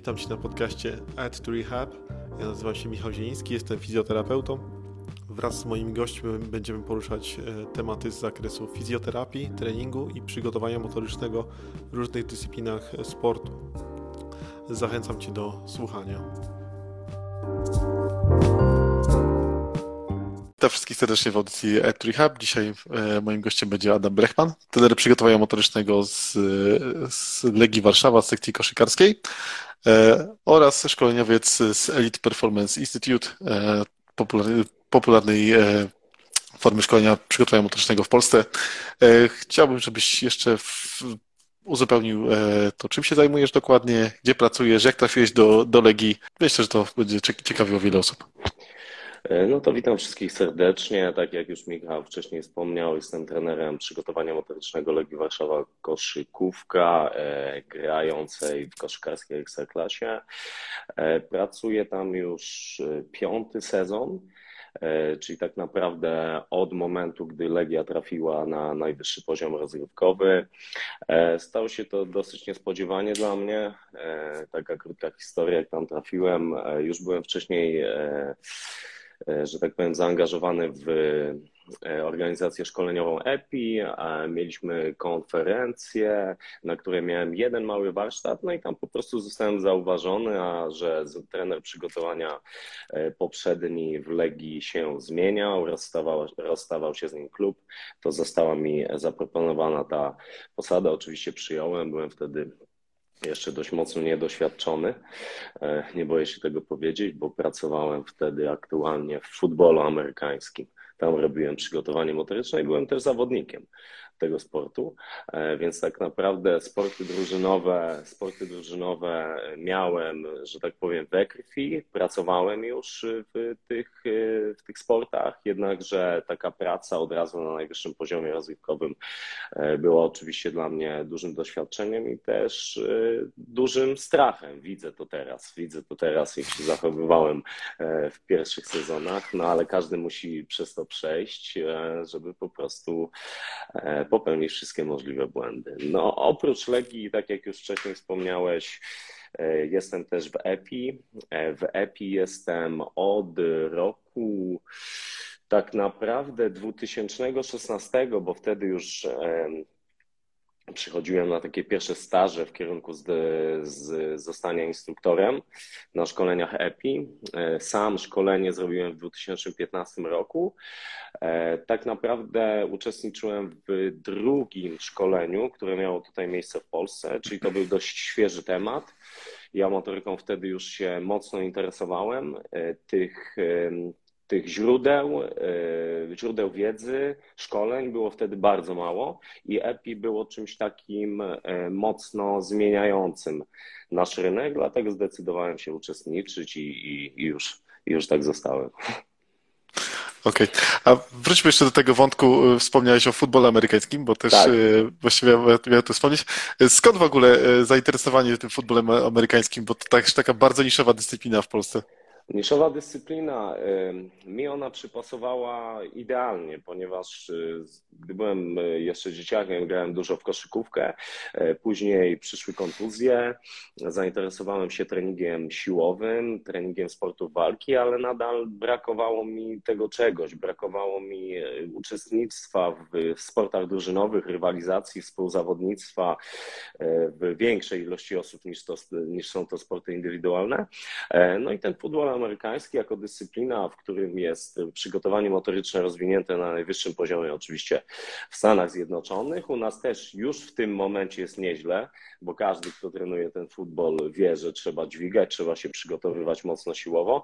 Witam Cię na podcaście Add to Rehab. Ja nazywam się Michał Zieliński, jestem fizjoterapeutą. Wraz z moimi gośćmi będziemy poruszać tematy z zakresu fizjoterapii, treningu i przygotowania motorycznego w różnych dyscyplinach sportu. Zachęcam Cię do słuchania. Witam wszystkich serdecznie w audycji Add to Rehab. Dzisiaj moim gościem będzie Adam Brechman, trener przygotowania motorycznego z Legii Warszawa, z sekcji koszykarskiej oraz szkoleniowiec z Elite Performance Institute, popularnej formy szkolenia przygotowania motorycznego w Polsce. Chciałbym, żebyś jeszcze uzupełnił to, czym się zajmujesz dokładnie, gdzie pracujesz, jak trafiłeś do Legii. Myślę, że to będzie ciekawiło wiele osób. No to witam wszystkich serdecznie. Tak jak już Michał wcześniej wspomniał, jestem trenerem przygotowania motorycznego Legii Warszawa koszykówka, grającej w koszykarskiej ekstraklasie. Pracuję tam już 5. sezon, czyli tak naprawdę od momentu, gdy Legia trafiła na najwyższy poziom rozgrywkowy. Stało się to dosyć niespodziewanie dla mnie. Taka krótka historia, jak tam trafiłem. Już byłem wcześniej, że tak powiem, zaangażowany w organizację szkoleniową EPI. Mieliśmy konferencję, na której miałem jeden mały warsztat, no i tam po prostu zostałem zauważony, a że trener przygotowania poprzedni w Legii się zmieniał, rozstawał się z nim klub, to została mi zaproponowana ta posada. Oczywiście przyjąłem, byłem wtedy jeszcze dość mocno niedoświadczony, nie boję się tego powiedzieć, bo pracowałem wtedy aktualnie w futbolu amerykańskim. Tam robiłem przygotowanie motoryczne i byłem też zawodnikiem tego sportu, więc tak naprawdę sporty drużynowe miałem, że tak powiem, we krwi, pracowałem już w tych sportach, jednakże taka praca od razu na najwyższym poziomie rozgrywkowym była oczywiście dla mnie dużym doświadczeniem i też dużym strachem. Widzę to teraz, jak się zachowywałem w pierwszych sezonach, no ale każdy musi przez to przejść, żeby po prostu popełnić wszystkie możliwe błędy. No, oprócz Legii, tak jak już wcześniej wspomniałeś, jestem też w EPI. W EPI jestem od roku tak naprawdę 2016, bo wtedy już przychodziłem na takie pierwsze staże w kierunku zostania instruktorem na szkoleniach EPI. Sam szkolenie zrobiłem w 2015 roku. Tak naprawdę uczestniczyłem w drugim szkoleniu, które miało tutaj miejsce w Polsce, czyli to był dość świeży temat. Ja motoryką wtedy już się mocno interesowałem. Tych źródeł wiedzy, szkoleń było wtedy bardzo mało i EPI było czymś takim mocno zmieniającym nasz rynek, dlatego zdecydowałem się uczestniczyć i już tak zostałem. Okej. A wróćmy jeszcze do tego wątku, wspomniałeś o futbolu amerykańskim, bo też Tak. właściwie miałem to wspomnieć. Skąd w ogóle zainteresowanie tym futbolem amerykańskim, bo to taka bardzo niszowa dyscyplina w Polsce? Niszowa dyscyplina, mi ona przypasowała idealnie, ponieważ gdy byłem jeszcze dzieciakiem, grałem dużo w koszykówkę, później przyszły kontuzje, zainteresowałem się treningiem siłowym, treningiem sportów walki, ale nadal brakowało mi tego czegoś, brakowało mi uczestnictwa w sportach drużynowych, rywalizacji, współzawodnictwa w większej ilości osób niż są to sporty indywidualne. No i ten futbol amerykański jako dyscyplina, w którym jest przygotowanie motoryczne rozwinięte na najwyższym poziomie, oczywiście w Stanach Zjednoczonych. U nas też już w tym momencie jest nieźle, bo każdy, kto trenuje ten futbol, wie, że trzeba dźwigać, trzeba się przygotowywać mocno siłowo.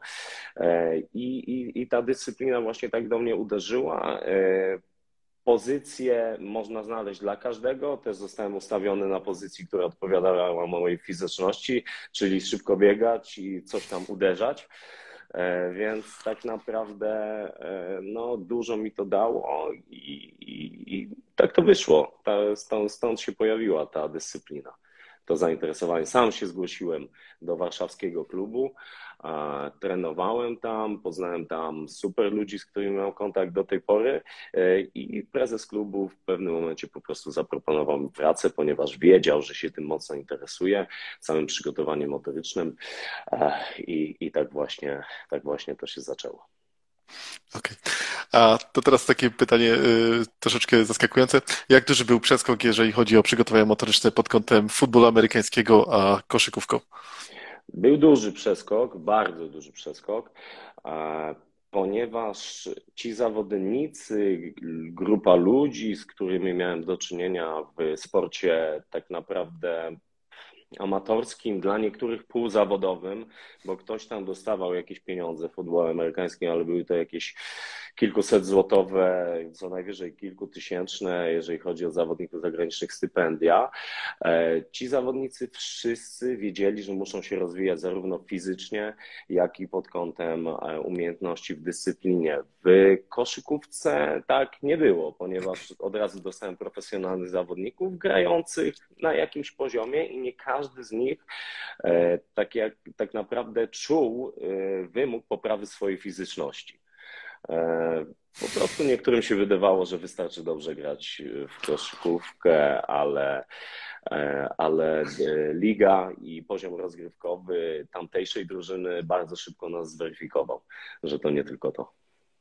I ta dyscyplina właśnie tak do mnie uderzyła. Pozycję można znaleźć dla każdego. Też zostałem ustawiony na pozycji, która odpowiadała mojej fizyczności, czyli szybko biegać i coś tam uderzać. Więc tak naprawdę no, dużo mi to dało i tak to wyszło. Stąd się pojawiła ta dyscyplina. to zainteresowanie. Sam się zgłosiłem do warszawskiego klubu, trenowałem tam, poznałem tam super ludzi, z którymi mam kontakt do tej pory i prezes klubu w pewnym momencie po prostu zaproponował mi pracę, ponieważ wiedział, że się tym mocno interesuję, całym przygotowaniem motorycznym i tak właśnie to się zaczęło. Okej. A to teraz takie pytanie troszeczkę zaskakujące. Jak duży był przeskok, jeżeli chodzi o przygotowania motoryczne pod kątem futbolu amerykańskiego a koszykówką? Był duży przeskok, bardzo duży przeskok, ponieważ ci zawodnicy, grupa ludzi, z którymi miałem do czynienia w sporcie tak naprawdę amatorskim, dla niektórych półzawodowym, bo ktoś tam dostawał jakieś pieniądze w futbolu amerykańskim, ale były to jakieś kilkuset złotowe, co najwyżej kilkutysięczne, jeżeli chodzi o zawodników zagranicznych, stypendia. Ci zawodnicy wszyscy wiedzieli, że muszą się rozwijać zarówno fizycznie, jak i pod kątem umiejętności w dyscyplinie. W koszykówce tak nie było, ponieważ od razu dostałem profesjonalnych zawodników grających na jakimś poziomie i nie każdy z nich tak naprawdę czuł wymóg poprawy swojej fizyczności. Po prostu niektórym się wydawało, że wystarczy dobrze grać w koszykówkę, ale liga i poziom rozgrywkowy tamtejszej drużyny bardzo szybko nas zweryfikował, że to nie tylko to.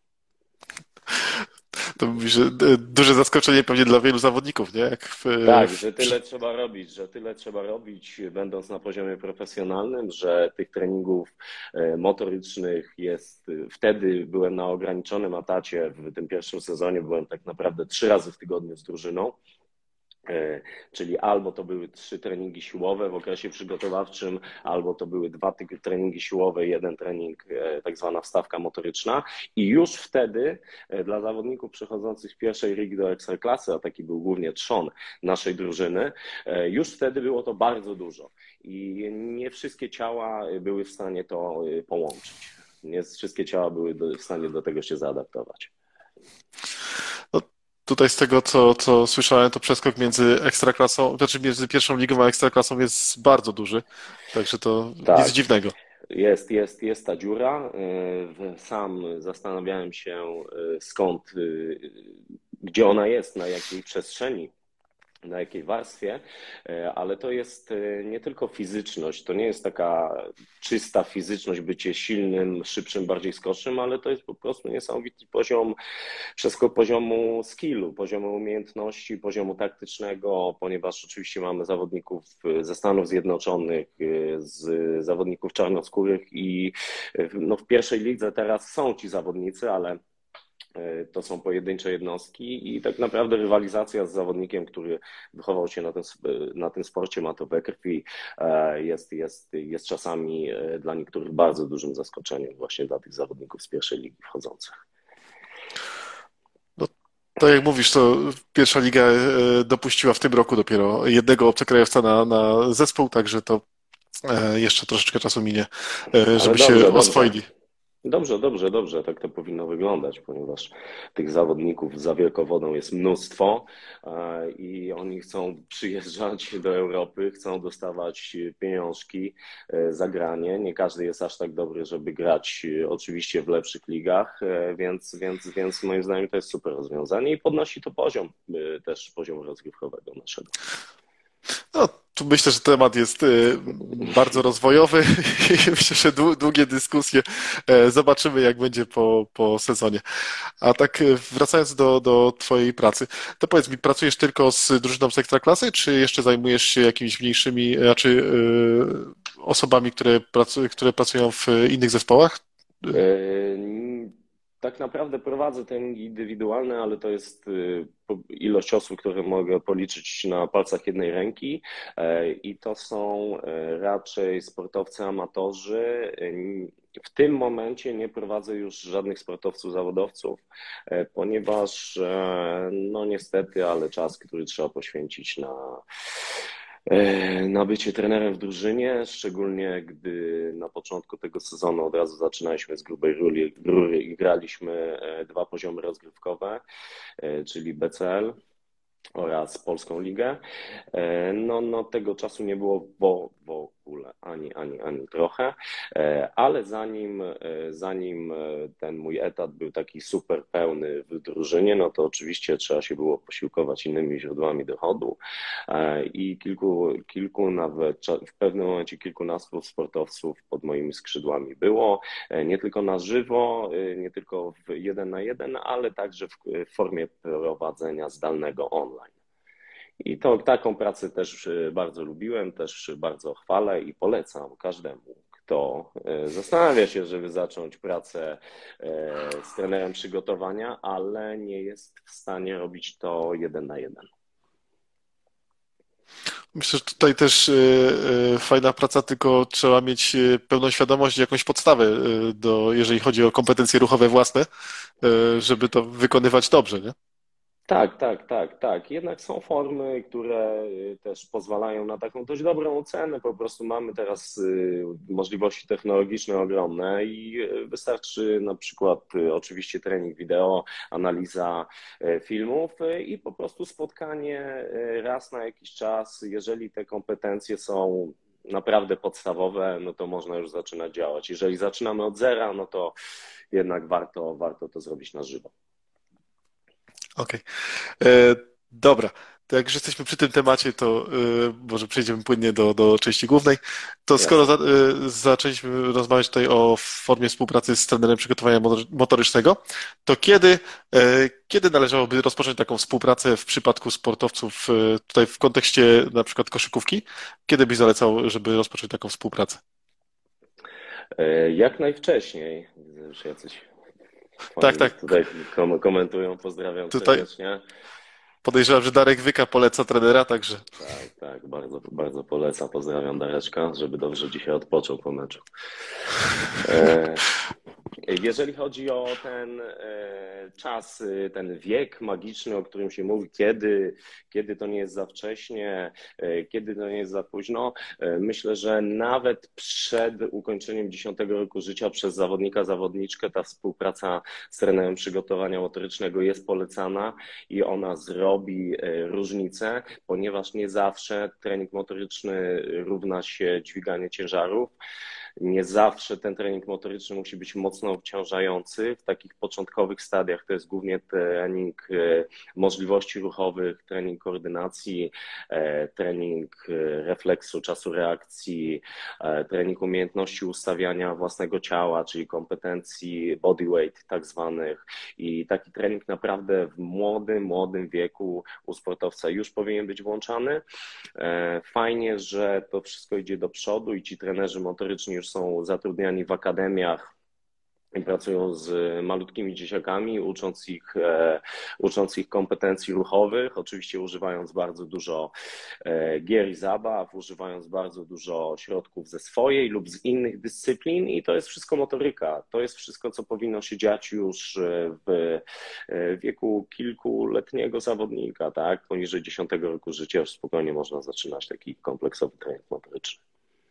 To mówi, że duże zaskoczenie pewnie dla wielu zawodników, nie? Tak, że tyle trzeba robić, będąc na poziomie profesjonalnym, że tych treningów motorycznych jest, wtedy byłem na ograniczonym etacie, w tym pierwszym sezonie byłem tak naprawdę 3 razy w tygodniu z drużyną. Czyli albo to były 3 treningi siłowe w okresie przygotowawczym, albo to były 2 treningi siłowe, 1 trening, tak zwana wstawka motoryczna. I już wtedy dla zawodników przechodzących z pierwszej ligi do ekstraklasy, a taki był głównie trzon naszej drużyny, już wtedy było to bardzo dużo. I nie wszystkie ciała były w stanie to połączyć. Nie wszystkie ciała były w stanie do tego się zaadaptować. No, tutaj z tego, co słyszałem, to przeskok między ekstraklasą, znaczy między pierwszą ligą a ekstraklasą jest bardzo duży, także to nic Tak. dziwnego. Jest ta dziura. Sam zastanawiałem się skąd, gdzie ona jest, na jakiej przestrzeni, na jakiej warstwie, ale to jest nie tylko fizyczność, to nie jest taka czysta fizyczność, bycie silnym, szybszym, bardziej skocznym, ale to jest po prostu niesamowity poziom, przeskok poziomu skillu, poziomu umiejętności, poziomu taktycznego, ponieważ oczywiście mamy zawodników ze Stanów Zjednoczonych, z zawodników czarnoskórych i no, w pierwszej lidze teraz są ci zawodnicy, ale to są pojedyncze jednostki i tak naprawdę rywalizacja z zawodnikiem, który wychował się na tym sporcie, ma to we krwi, jest czasami dla niektórych bardzo dużym zaskoczeniem właśnie dla tych zawodników z pierwszej ligi wchodzących. No, tak jak mówisz, to pierwsza liga dopuściła w tym roku dopiero jednego obcokrajowca na zespół, także to jeszcze troszeczkę czasu minie, Ale żeby się dobrze, dobrze. oswoili. Dobrze, tak to powinno wyglądać, ponieważ tych zawodników za wielkowodą jest mnóstwo i oni chcą przyjeżdżać do Europy, chcą dostawać pieniążki za granie. Nie każdy jest aż tak dobry, żeby grać oczywiście w lepszych ligach, więc moim zdaniem to jest super rozwiązanie i podnosi to poziom, też poziomu rozgrywkowego naszego. No, tu myślę, że temat jest bardzo rozwojowy i myślę, że długie dyskusje. Zobaczymy, jak będzie po sezonie. A tak wracając do Twojej pracy, to powiedz mi, pracujesz tylko z drużyną z Ekstraklasy, czy jeszcze zajmujesz się jakimiś mniejszymi, znaczy osobami, które pracują w innych zespołach? Tak naprawdę prowadzę treningi indywidualne, ale to jest ilość osób, które mogę policzyć na palcach jednej ręki i to są raczej sportowcy amatorzy. W tym momencie nie prowadzę już żadnych sportowców zawodowców, ponieważ no niestety, ale czas, który trzeba poświęcić na bycie trenerem w drużynie, szczególnie gdy na początku tego sezonu od razu zaczynaliśmy z grubej rury i graliśmy 2 poziomy rozgrywkowe, czyli BCL. oraz Polską Ligę. No tego czasu nie było w ogóle, ani trochę, ale zanim ten mój etat był taki super pełny w drużynie, no to oczywiście trzeba się było posiłkować innymi źródłami dochodu i kilku nawet w pewnym momencie kilkunastu sportowców pod moimi skrzydłami było, nie tylko na żywo, nie tylko w 1 na 1, ale także w formie prowadzenia zdalnego online. I taką pracę też bardzo lubiłem, też bardzo chwalę i polecam każdemu, kto zastanawia się, żeby zacząć pracę z trenerem przygotowania, ale nie jest w stanie robić to 1 na 1. Myślę, że tutaj też fajna praca, tylko trzeba mieć pełną świadomość, jakąś podstawę, jeżeli chodzi o kompetencje ruchowe własne, żeby to wykonywać dobrze, nie? Tak. Jednak są formy, które też pozwalają na taką dość dobrą ocenę. Po prostu mamy teraz możliwości technologiczne ogromne i wystarczy na przykład oczywiście trening wideo, analiza filmów i po prostu spotkanie raz na jakiś czas. Jeżeli te kompetencje są naprawdę podstawowe, no to można już zaczynać działać. Jeżeli zaczynamy od zera, no to jednak warto to zrobić na żywo. Okej. Dobra, to jak już jesteśmy przy tym temacie, to może przejdziemy płynnie do części głównej. To skoro Jasne. zaczęliśmy rozmawiać tutaj o formie współpracy z trenerem przygotowania motorycznego, to kiedy należałoby rozpocząć taką współpracę w przypadku sportowców tutaj w kontekście na przykład koszykówki? Kiedy byś zalecał, żeby rozpocząć taką współpracę? Jak najwcześniej. Widzę, już jacyś Tak, fani tak. tutaj komentują. Pozdrawiam Tutaj serdecznie. podejrzewam, że Darek Wyka poleca trenera, także Tak, bardzo polecam. Pozdrawiam Dareczka, żeby dobrze dzisiaj odpoczął po meczu. E, Jeżeli chodzi o ten czas, ten wiek magiczny, o którym się mówi, kiedy to nie jest za wcześnie, kiedy to nie jest za późno, myślę, że nawet przed ukończeniem 10 roku życia przez zawodniczkę ta współpraca z trenerem przygotowania motorycznego jest polecana i ona zrobi różnicę, ponieważ nie zawsze trening motoryczny równa się dźwiganie ciężarów. Nie zawsze ten trening motoryczny musi być mocno obciążający. W takich początkowych stadiach to jest głównie trening możliwości ruchowych, trening koordynacji, trening refleksu, czasu reakcji, trening umiejętności ustawiania własnego ciała, czyli kompetencji bodyweight tak zwanych. I taki trening naprawdę w młodym wieku u sportowca już powinien być włączany. Fajnie, że to wszystko idzie do przodu i ci trenerzy motoryczni już są zatrudniani w akademiach i pracują z malutkimi dzieciakami, ucząc ich kompetencji ruchowych, oczywiście używając bardzo dużo gier i zabaw, używając bardzo dużo środków ze swojej lub z innych dyscyplin i to jest wszystko motoryka. To jest wszystko, co powinno się dziać już w wieku kilkuletniego zawodnika, tak? Poniżej 10 roku życia już spokojnie można zaczynać taki kompleksowy trening motoryczny.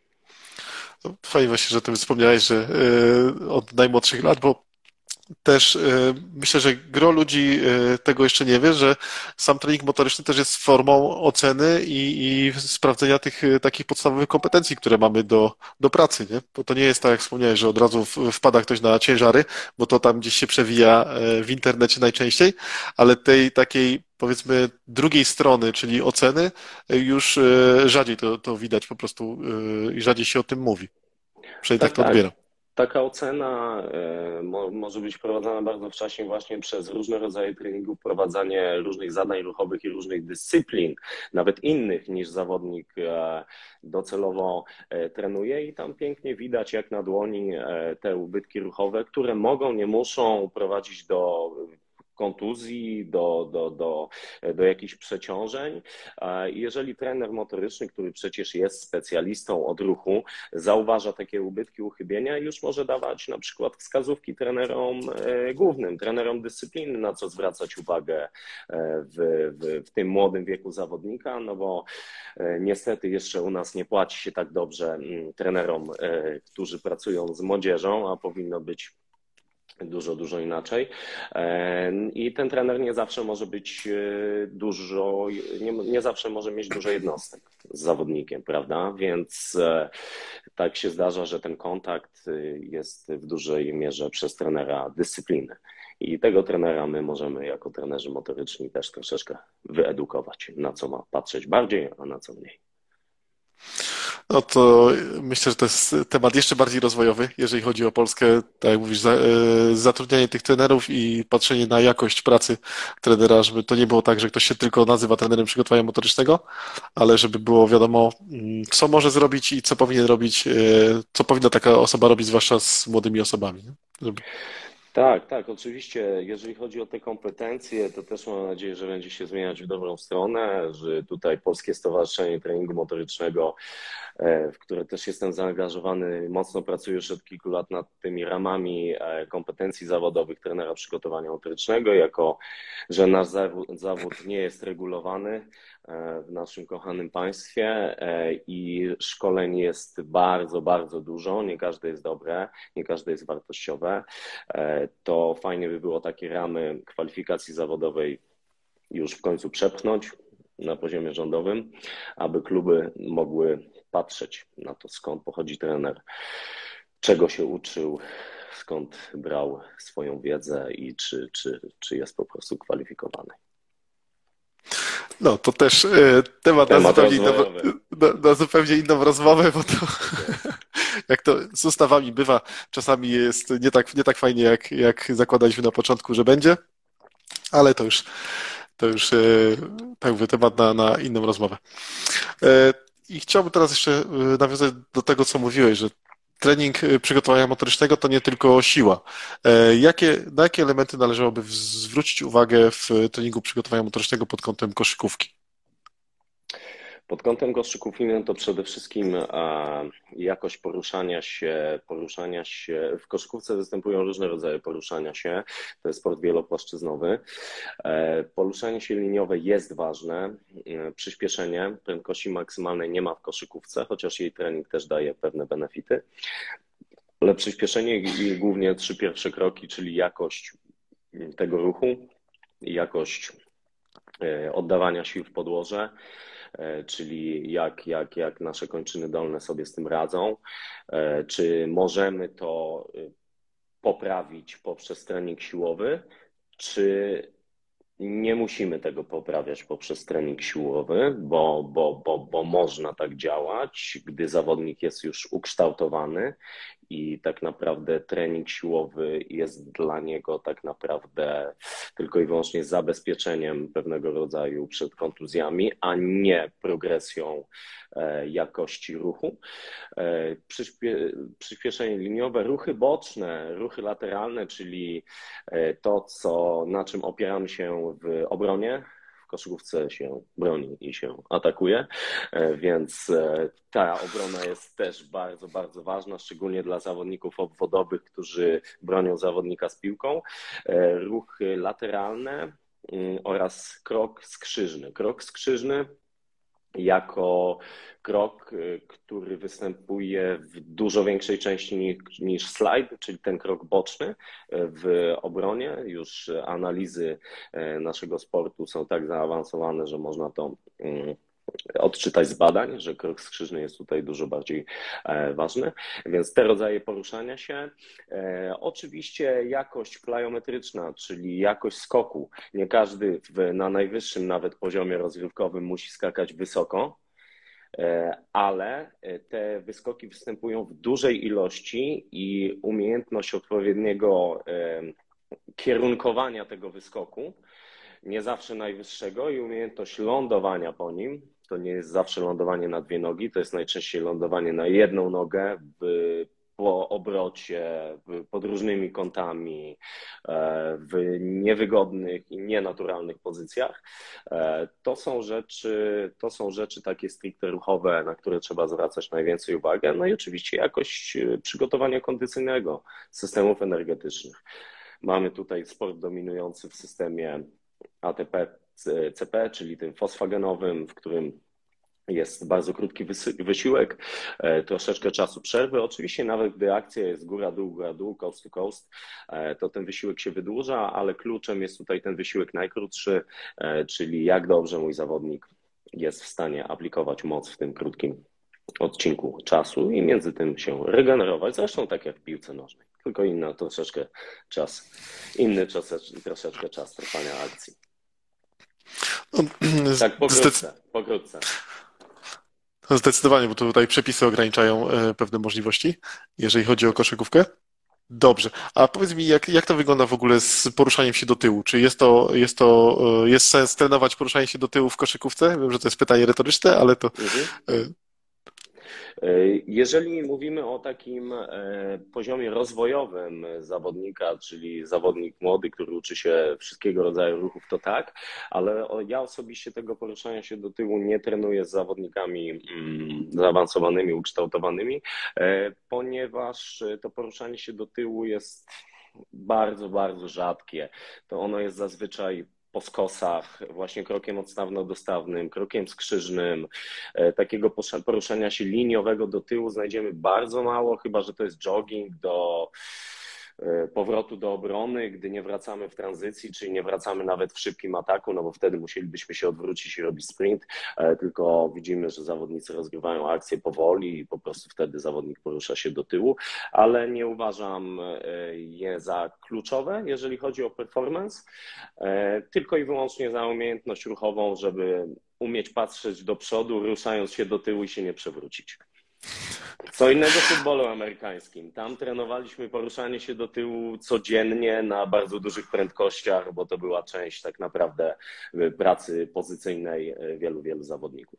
no, fajnie właśnie, że o tym wspomniałeś, że od najmłodszych lat, bo też myślę, że gro ludzi tego jeszcze nie wie, że sam trening motoryczny też jest formą oceny i sprawdzenia tych takich podstawowych kompetencji, które mamy do pracy, nie? Bo to nie jest tak, jak wspomniałeś, że od razu wpada ktoś na ciężary, bo to tam gdzieś się przewija w internecie najczęściej, ale tej takiej powiedzmy drugiej strony, czyli oceny, już rzadziej to widać po prostu i rzadziej się o tym mówi. Przynajmniej tak to Tak. odbieram. Taka ocena może być prowadzona bardzo wcześnie właśnie przez różne rodzaje treningów, wprowadzanie różnych zadań ruchowych i różnych dyscyplin, nawet innych niż zawodnik docelowo trenuje i tam pięknie widać jak na dłoni te ubytki ruchowe, które mogą, nie muszą prowadzić do kontuzji, do jakichś przeciążeń. I jeżeli trener motoryczny, który przecież jest specjalistą od ruchu, zauważa takie ubytki, uchybienia, już może dawać na przykład wskazówki trenerom głównym, trenerom dyscypliny, na co zwracać uwagę w tym młodym wieku zawodnika, no bo niestety jeszcze u nas nie płaci się tak dobrze trenerom, którzy pracują z młodzieżą, a powinno być dużo inaczej. I ten trener nie zawsze może być nie zawsze może mieć dużo jednostek z zawodnikiem, prawda? Więc tak się zdarza, że ten kontakt jest w dużej mierze przez trenera dyscypliny. I tego trenera my możemy jako trenerzy motoryczni też troszeczkę wyedukować, na co ma patrzeć bardziej, a na co mniej. No to myślę, że to jest temat jeszcze bardziej rozwojowy, jeżeli chodzi o Polskę. Tak jak mówisz, zatrudnianie tych trenerów i patrzenie na jakość pracy trenera, żeby to nie było tak, że ktoś się tylko nazywa trenerem przygotowania motorycznego, ale żeby było wiadomo, co może zrobić i co powinien robić, co powinna taka osoba robić, zwłaszcza z młodymi osobami. Nie? Żeby... Tak, tak, oczywiście. Jeżeli chodzi o te kompetencje, to też mam nadzieję, że będzie się zmieniać w dobrą stronę, że tutaj Polskie Stowarzyszenie Treningu Motorycznego, w które też jestem zaangażowany, mocno pracuje już od kilku lat nad tymi ramami kompetencji zawodowych trenera przygotowania motorycznego, jako że nasz zawód nie jest regulowany w naszym kochanym państwie i szkoleń jest bardzo dużo, nie każde jest dobre, nie każde jest wartościowe. To fajnie by było takie ramy kwalifikacji zawodowej już w końcu przepchnąć na poziomie rządowym, aby kluby mogły patrzeć na to, skąd pochodzi trener, czego się uczył, skąd brał swoją wiedzę i czy jest po prostu kwalifikowany. No, to też temat Rozwojowy. na zupełnie inną rozmowę, bo to Tak jest. jak to z ustawami bywa, czasami jest nie tak fajnie, jak zakładaliśmy na początku, że będzie, ale to już tak mówię, temat na inną rozmowę. I chciałbym teraz jeszcze nawiązać do tego, co mówiłeś, że trening przygotowania motorycznego to nie tylko siła. Na jakie elementy należałoby zwrócić uwagę w treningu przygotowania motorycznego pod kątem koszykówki? Pod kątem koszykówki to przede wszystkim jakość poruszania się. W koszykówce występują różne rodzaje poruszania się. To jest sport wielopłaszczyznowy. Poruszanie się liniowe jest ważne. Przyspieszenie prędkości maksymalnej nie ma w koszykówce, chociaż jej trening też daje pewne benefity. Ale przyspieszenie i głównie 3 pierwsze kroki, czyli jakość tego ruchu, jakość oddawania sił w podłoże, czyli jak nasze kończyny dolne sobie z tym radzą, czy możemy to poprawić poprzez trening siłowy, czy nie musimy tego poprawiać poprzez trening siłowy, bo można tak działać, gdy zawodnik jest już ukształtowany i tak naprawdę trening siłowy jest dla niego tak naprawdę tylko i wyłącznie zabezpieczeniem pewnego rodzaju przed kontuzjami, a nie progresją jakości ruchu. Przyspieszenie liniowe, ruchy boczne, ruchy lateralne, czyli to, na czym opieramy się w obronie. W koszykówce się broni i się atakuje, więc ta obrona jest też bardzo ważna, szczególnie dla zawodników obwodowych, którzy bronią zawodnika z piłką. Ruchy lateralne oraz krok skrzyżny. Krok skrzyżny jako krok, który występuje w dużo większej części niż slajd, czyli ten krok boczny w obronie. Już analizy naszego sportu są tak zaawansowane, że można to odczytać z badań, że krok skrzyżny jest tutaj dużo bardziej ważny, więc te rodzaje poruszania się. Oczywiście jakość plyometryczna, czyli jakość skoku. Nie każdy na najwyższym nawet poziomie rozgrywkowym musi skakać wysoko, ale te wyskoki występują w dużej ilości i umiejętność odpowiedniego kierunkowania tego wyskoku, nie zawsze najwyższego, i umiejętność lądowania po nim. To nie jest zawsze lądowanie na 2 nogi, to jest najczęściej lądowanie na 1 nogę po obrocie, pod różnymi kątami, w niewygodnych i nienaturalnych pozycjach. To są rzeczy takie stricte ruchowe, na które trzeba zwracać najwięcej uwagi. No i oczywiście jakość przygotowania kondycyjnego systemów energetycznych. Mamy tutaj sport dominujący w systemie ATP-CP, czyli tym fosfagenowym, w którym Jest bardzo krótki wysiłek, troszeczkę czasu przerwy. Oczywiście nawet gdy akcja jest góra, dół, coast to coast, to ten wysiłek się wydłuża, ale kluczem jest tutaj ten wysiłek najkrótszy, czyli jak dobrze mój zawodnik jest w stanie aplikować moc w tym krótkim odcinku czasu i między tym się regenerować. Zresztą tak jak w piłce nożnej, tylko troszeczkę czas trwania akcji. No, Tak pokrótce. Zdecydowanie, bo tutaj przepisy ograniczają pewne możliwości, jeżeli chodzi o koszykówkę. Dobrze. A powiedz mi, jak to wygląda w ogóle z poruszaniem się do tyłu? Czy jest sens trenować poruszanie się do tyłu w koszykówce? Wiem, że to jest pytanie retoryczne, ale to Mhm. e, Jeżeli mówimy o takim poziomie rozwojowym zawodnika, czyli zawodnik młody, który uczy się wszystkiego rodzaju ruchów, to tak, ale ja osobiście tego poruszania się do tyłu nie trenuję z zawodnikami zaawansowanymi, ukształtowanymi, ponieważ to poruszanie się do tyłu jest bardzo, bardzo rzadkie. To ono jest zazwyczaj po skosach, właśnie krokiem odstawno-dostawnym, krokiem skrzyżnym. Takiego poruszania się liniowego do tyłu znajdziemy bardzo mało, chyba że to jest jogging do powrotu do obrony, gdy nie wracamy w tranzycji, czyli nie wracamy nawet w szybkim ataku, no bo wtedy musielibyśmy się odwrócić i robić sprint, tylko widzimy, że zawodnicy rozgrywają akcję powoli i po prostu wtedy zawodnik porusza się do tyłu, ale nie uważam je za kluczowe, jeżeli chodzi o performance, tylko i wyłącznie za umiejętność ruchową, żeby umieć patrzeć do przodu, ruszając się do tyłu i się nie przewrócić. Co innego w futbolu amerykańskim. Tam trenowaliśmy poruszanie się do tyłu codziennie na bardzo dużych prędkościach, bo to była część tak naprawdę pracy pozycyjnej wielu, wielu zawodników.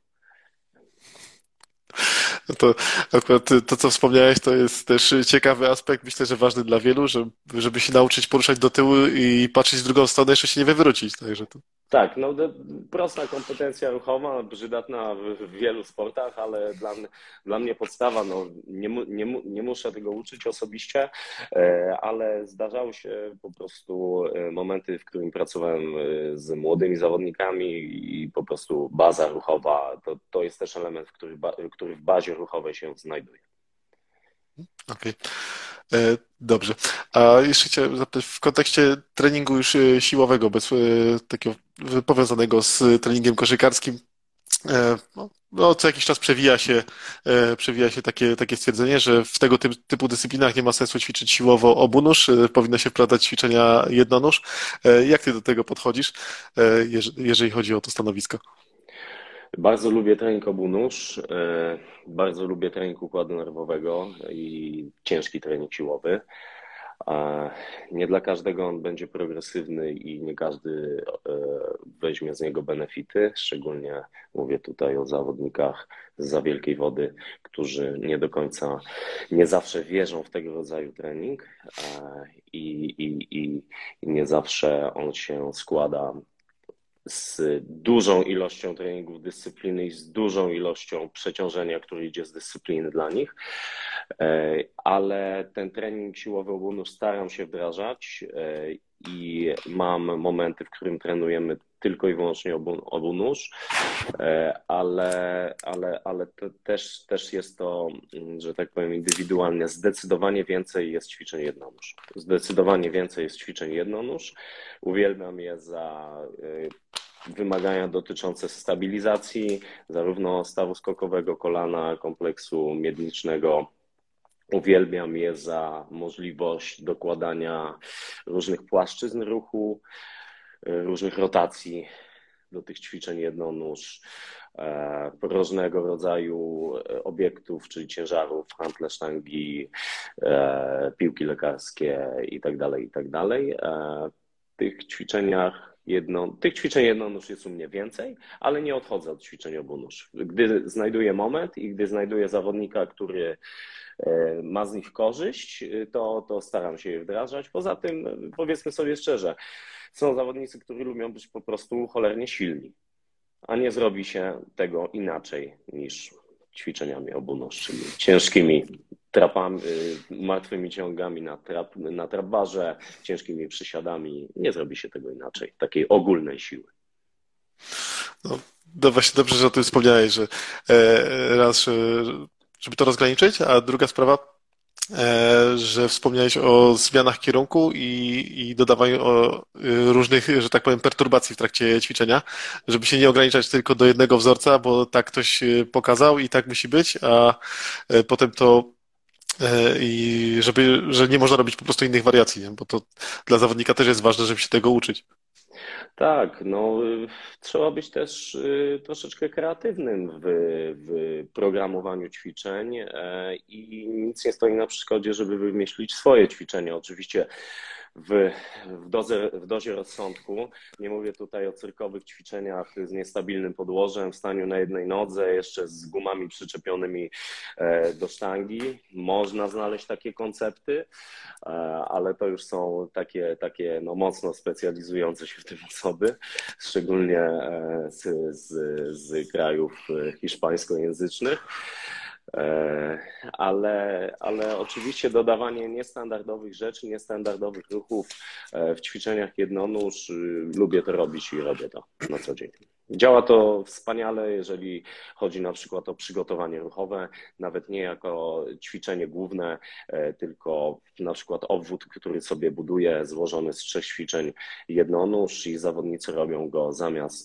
to akurat to, co wspomniałeś, to jest też ciekawy aspekt, myślę, że ważny dla wielu, żeby się nauczyć poruszać do tyłu i patrzeć w drugą stronę, jeszcze się nie wywrócić. Także to... Tak, no prosta kompetencja ruchowa, przydatna w wielu sportach, ale dla mnie podstawa, no nie muszę tego uczyć osobiście, ale zdarzały się po prostu momenty, w którym pracowałem z młodymi zawodnikami i po prostu baza ruchowa, to jest też element, który w bazie ruchowej się znajduje. Okej. Dobrze. A jeszcze chciałem zapytać, w kontekście treningu już siłowego, bez takiego powiązanego z treningiem koszykarskim, no, co jakiś czas przewija się takie stwierdzenie, że w tego typu dyscyplinach nie ma sensu ćwiczyć siłowo obunóż, powinno się wprowadzać ćwiczenia jednonóż. Jak ty do tego podchodzisz, jeżeli chodzi o to stanowisko? Bardzo lubię trening obu nóż, bardzo lubię trening układu nerwowego i ciężki trening siłowy. Nie dla każdego on będzie progresywny i nie każdy weźmie z niego benefity. Szczególnie mówię tutaj o zawodnikach zza wielkiej wody, którzy nie zawsze wierzą w tego rodzaju trening i nie zawsze on się składa z dużą ilością treningów dyscypliny i z dużą ilością przeciążenia, które idzie z dyscypliny dla nich, ale ten trening siłowy ogólny staram się wdrażać i mam momenty, w którym trenujemy tylko i wyłącznie obu nóż, ale to też jest to, że tak powiem, indywidualnie. Zdecydowanie więcej jest ćwiczeń jednonóż. Zdecydowanie więcej jest ćwiczeń jednonóż. Uwielbiam je za wymagania dotyczące stabilizacji zarówno stawu skokowego kolana, kompleksu miednicznego. Uwielbiam je za możliwość dokładania różnych płaszczyzn ruchu, różnych rotacji do tych ćwiczeń jednonóż, różnego rodzaju obiektów, czyli ciężarów, hantle, sztangi, piłki lekarskie itd., itd. Tych ćwiczeń jednonóż jest u mnie więcej, ale nie odchodzę od ćwiczeń obunóż. Gdy znajduję moment i gdy znajduję zawodnika, który ma z nich korzyść, to staram się je wdrażać. Poza tym, powiedzmy sobie szczerze, są zawodnicy, którzy lubią być po prostu cholernie silni, a nie zrobi się tego inaczej niż ćwiczeniami obunóż, czyli ciężkimi trapami, martwymi ciągami na trapbarze, ciężkimi przysiadami. Nie zrobi się tego inaczej, takiej ogólnej siły. No, no właśnie dobrze, że o tym wspomniałeś, że raz, żeby to rozgraniczyć, a druga sprawa, że wspomniałeś o zmianach kierunku i dodawaniu różnych, że tak powiem, perturbacji w trakcie ćwiczenia, żeby się nie ograniczać tylko do jednego wzorca, bo tak ktoś pokazał i tak musi być, a potem to i że nie można robić po prostu innych wariacji, nie? Bo to dla zawodnika też jest ważne, żeby się tego uczyć. Tak, no trzeba być też troszeczkę kreatywnym w programowaniu ćwiczeń i nic nie stoi na przeszkodzie, żeby wymyślić swoje ćwiczenie. Oczywiście w, w dozie rozsądku. Nie mówię tutaj o cyrkowych ćwiczeniach z niestabilnym podłożem, w staniu na jednej nodze, jeszcze z gumami przyczepionymi do sztangi. Można znaleźć takie koncepty, ale to już są takie no, mocno specjalizujące się w tym osoby, szczególnie z krajów hiszpańskojęzycznych. Ale oczywiście dodawanie niestandardowych rzeczy, niestandardowych ruchów w ćwiczeniach jednonóż, lubię to robić i robię to na co dzień. Działa to wspaniale, jeżeli chodzi na przykład o przygotowanie ruchowe, nawet nie jako ćwiczenie główne, tylko na przykład obwód, który sobie buduję, złożony z 3 ćwiczeń jednonóż i zawodnicy robią go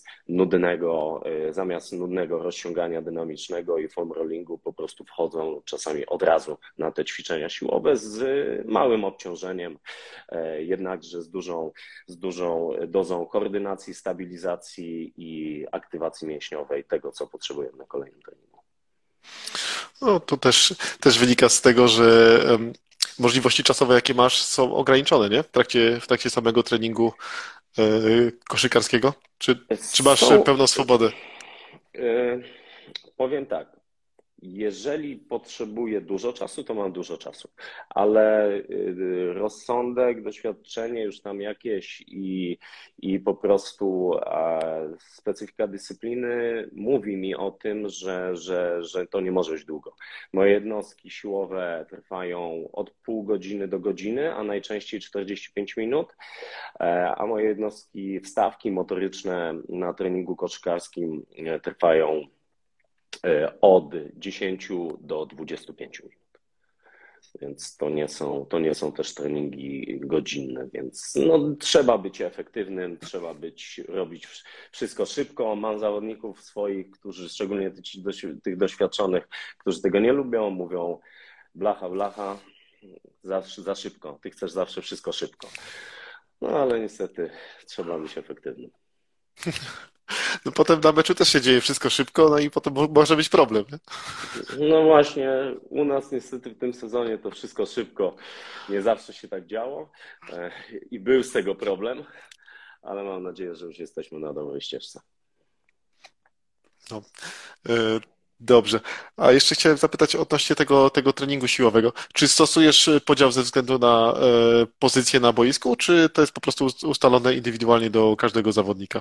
zamiast nudnego rozciągania dynamicznego i foam rollingu po prostu wchodzą czasami od razu na te ćwiczenia siłowe z małym obciążeniem, jednakże z dużą dozą koordynacji, stabilizacji i aktywacji mięśniowej, tego co potrzebujemy na kolejnym treningu. No, to też wynika z tego, że możliwości czasowe, jakie masz, są ograniczone, nie? W trakcie samego treningu koszykarskiego? Czy masz Są, pełną swobodę? powiem tak, jeżeli potrzebuję dużo czasu, to mam dużo czasu, ale rozsądek, doświadczenie już tam jakieś i po prostu specyfika dyscypliny mówi mi o tym, że to nie może być długo. Moje jednostki siłowe trwają od pół godziny do godziny, a najczęściej 45 minut, a moje jednostki, wstawki motoryczne na treningu koszykarskim trwają od 10 do 25 minut. Więc to nie są też treningi godzinne, więc no, trzeba być efektywnym, robić wszystko szybko. Mam zawodników swoich, którzy, szczególnie tych doświadczonych, którzy tego nie lubią, mówią blacha, za szybko, ty chcesz zawsze wszystko szybko. No ale niestety trzeba być efektywnym. No potem na meczu też się dzieje wszystko szybko, no i potem może być problem, nie? No właśnie, u nas niestety w tym sezonie to wszystko szybko. Nie zawsze się tak działo i był z tego problem, ale mam nadzieję, że już jesteśmy na dobrej ścieżce. No. Dobrze. A jeszcze chciałem zapytać odnośnie tego treningu siłowego. Czy stosujesz podział ze względu na pozycję na boisku, czy to jest po prostu ustalone indywidualnie do każdego zawodnika?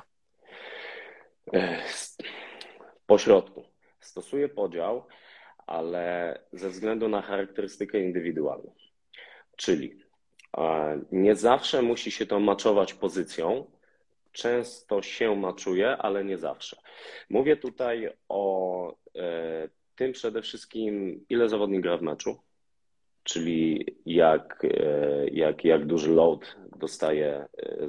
Po środku stosuję podział, ale ze względu na charakterystykę indywidualną. Czyli nie zawsze musi się to maczować pozycją. Często się maczuje, ale nie zawsze. Mówię tutaj o tym przede wszystkim, ile zawodnik gra w meczu, czyli jak duży load dostaje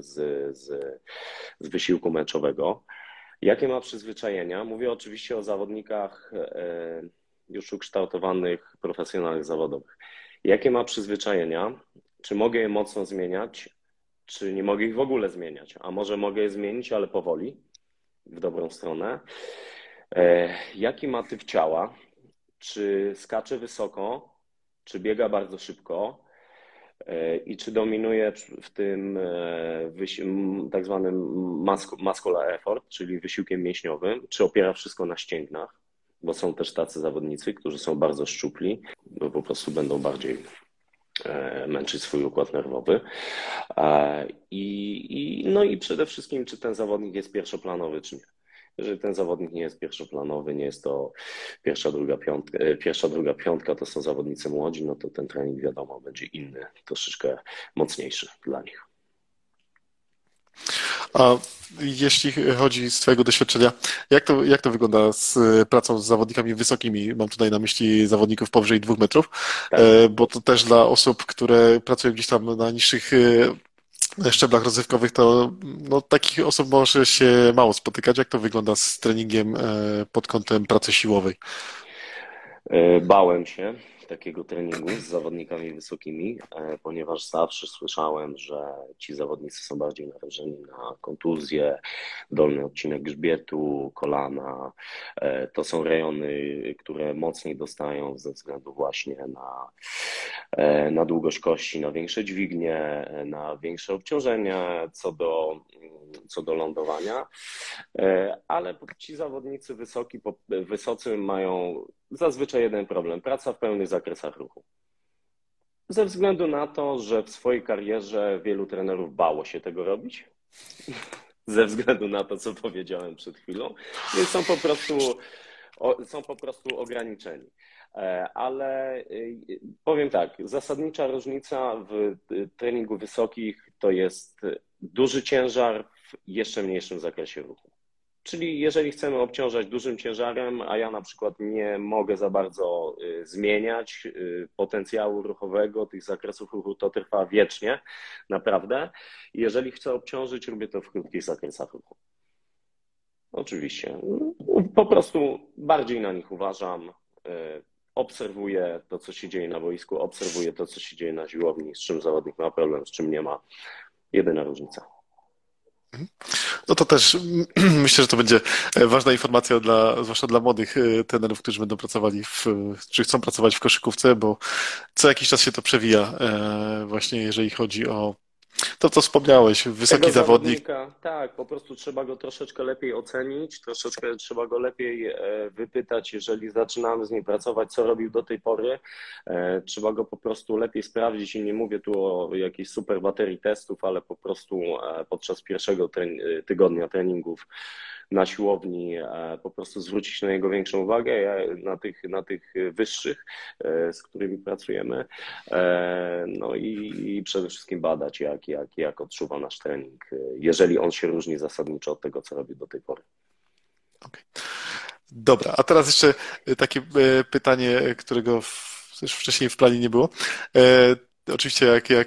z wysiłku meczowego, jakie ma przyzwyczajenia. Mówię oczywiście o zawodnikach już ukształtowanych, profesjonalnych, zawodowych. Jakie ma przyzwyczajenia, czy mogę je mocno zmieniać, czy nie mogę ich w ogóle zmieniać, a może mogę je zmienić, ale powoli, w dobrą stronę. Jaki ma typ ciała, czy skacze wysoko, czy biega bardzo szybko i czy dominuje w tym tak zwanym muscular effort, czyli wysiłkiem mięśniowym, czy opiera wszystko na ścięgnach, bo są też tacy zawodnicy, którzy są bardzo szczupli, bo po prostu będą bardziej męczyć swój układ nerwowy. No i przede wszystkim, czy ten zawodnik jest pierwszoplanowy, czy nie. Jeżeli ten zawodnik nie jest pierwszoplanowy, nie jest to pierwsza, druga piątka, to są zawodnicy młodzi, no to ten trening wiadomo będzie inny, troszeczkę mocniejszy dla nich. A jeśli chodzi z Twojego doświadczenia, jak to wygląda z pracą z zawodnikami wysokimi? Mam tutaj na myśli zawodników powyżej 2 metrów, Tak. bo to też dla osób, które pracują gdzieś tam na niższych szczeblach rozrywkowych, to no, takich osób może się mało spotykać. Jak to wygląda z treningiem pod kątem pracy siłowej? Bałem się takiego treningu z zawodnikami wysokimi, ponieważ zawsze słyszałem, że ci zawodnicy są bardziej narażeni na kontuzje, dolny odcinek grzbietu, kolana. To są rejony, które mocniej dostają ze względu właśnie na długość kości, na większe dźwignie, na większe obciążenia co do lądowania. Ale ci zawodnicy wysocy mają zazwyczaj jeden problem: praca w pełnych zakresach ruchu. Ze względu na to, że w swojej karierze wielu trenerów bało się tego robić, ze względu na to, co powiedziałem przed chwilą, więc są po prostu ograniczeni. Ale powiem tak, zasadnicza różnica w treningu wysokich to jest duży ciężar w jeszcze mniejszym zakresie ruchu. Czyli jeżeli chcemy obciążać dużym ciężarem, a ja na przykład nie mogę za bardzo zmieniać potencjału ruchowego, tych zakresów ruchu, to trwa wiecznie, naprawdę. Jeżeli chcę obciążyć, robię to w krótkich zakresach ruchu. Oczywiście. Po prostu bardziej na nich uważam, obserwuję to, co się dzieje na boisku, obserwuję to, co się dzieje na siłowni, z czym zawodnik ma problem, z czym nie ma. Jedyna różnica. No to też myślę, że to będzie ważna informacja zwłaszcza dla młodych trenerów, którzy będą pracowali czy chcą pracować w koszykówce, bo co jakiś czas się to przewija, właśnie jeżeli chodzi o to, co wspomniałeś, wysoki Tego zawodnik. zawodnika, tak, po prostu trzeba go troszeczkę lepiej ocenić, troszeczkę trzeba go lepiej wypytać, jeżeli zaczynamy z nim pracować, co robił do tej pory. Trzeba go po prostu lepiej sprawdzić i nie mówię tu o jakiejś super baterii testów, ale po prostu podczas pierwszego tygodnia treningów na siłowni po prostu zwrócić na niego większą uwagę, na tych wyższych, z którymi pracujemy. No i przede wszystkim badać, jak odczuwa nasz trening, jeżeli on się różni zasadniczo od tego, co robi do tej pory. Okej. Dobra, a teraz jeszcze takie pytanie, którego już wcześniej w planie nie było. Oczywiście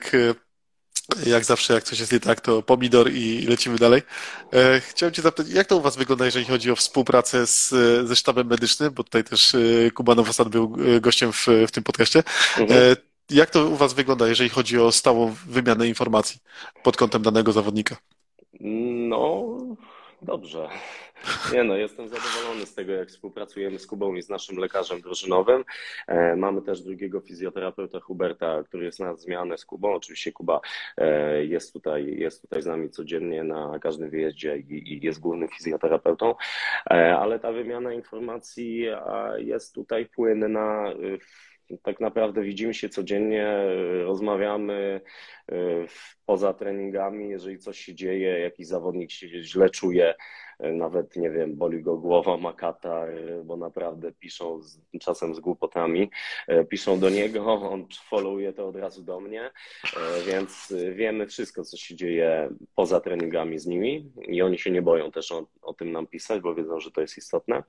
jak zawsze, jak coś jest nie tak, to pomidor i lecimy dalej. Chciałem Cię zapytać, jak to u Was wygląda, jeżeli chodzi o współpracę ze sztabem medycznym, bo tutaj też Kuba Nowosad był gościem w tym podcaście. Mhm. Jak to u Was wygląda, jeżeli chodzi o stałą wymianę informacji pod kątem danego zawodnika? No, dobrze. Nie no, jestem zadowolony z tego, jak współpracujemy z Kubą i z naszym lekarzem drużynowym. Mamy też drugiego fizjoterapeuta, Huberta, który jest na zmianę z Kubą. Oczywiście Kuba jest tutaj z nami codziennie na każdym wyjeździe i jest głównym fizjoterapeutą, ale ta wymiana informacji jest tutaj płynna. Tak naprawdę widzimy się codziennie, rozmawiamy poza treningami, jeżeli coś się dzieje, jakiś zawodnik się źle czuje, nawet, nie wiem, boli go głowa, ma katar, bo naprawdę piszą czasem z głupotami, piszą do niego, on followuje to od razu do mnie, więc wiemy wszystko, co się dzieje poza treningami z nimi i oni się nie boją też o tym nam pisać, bo wiedzą, że to jest istotne.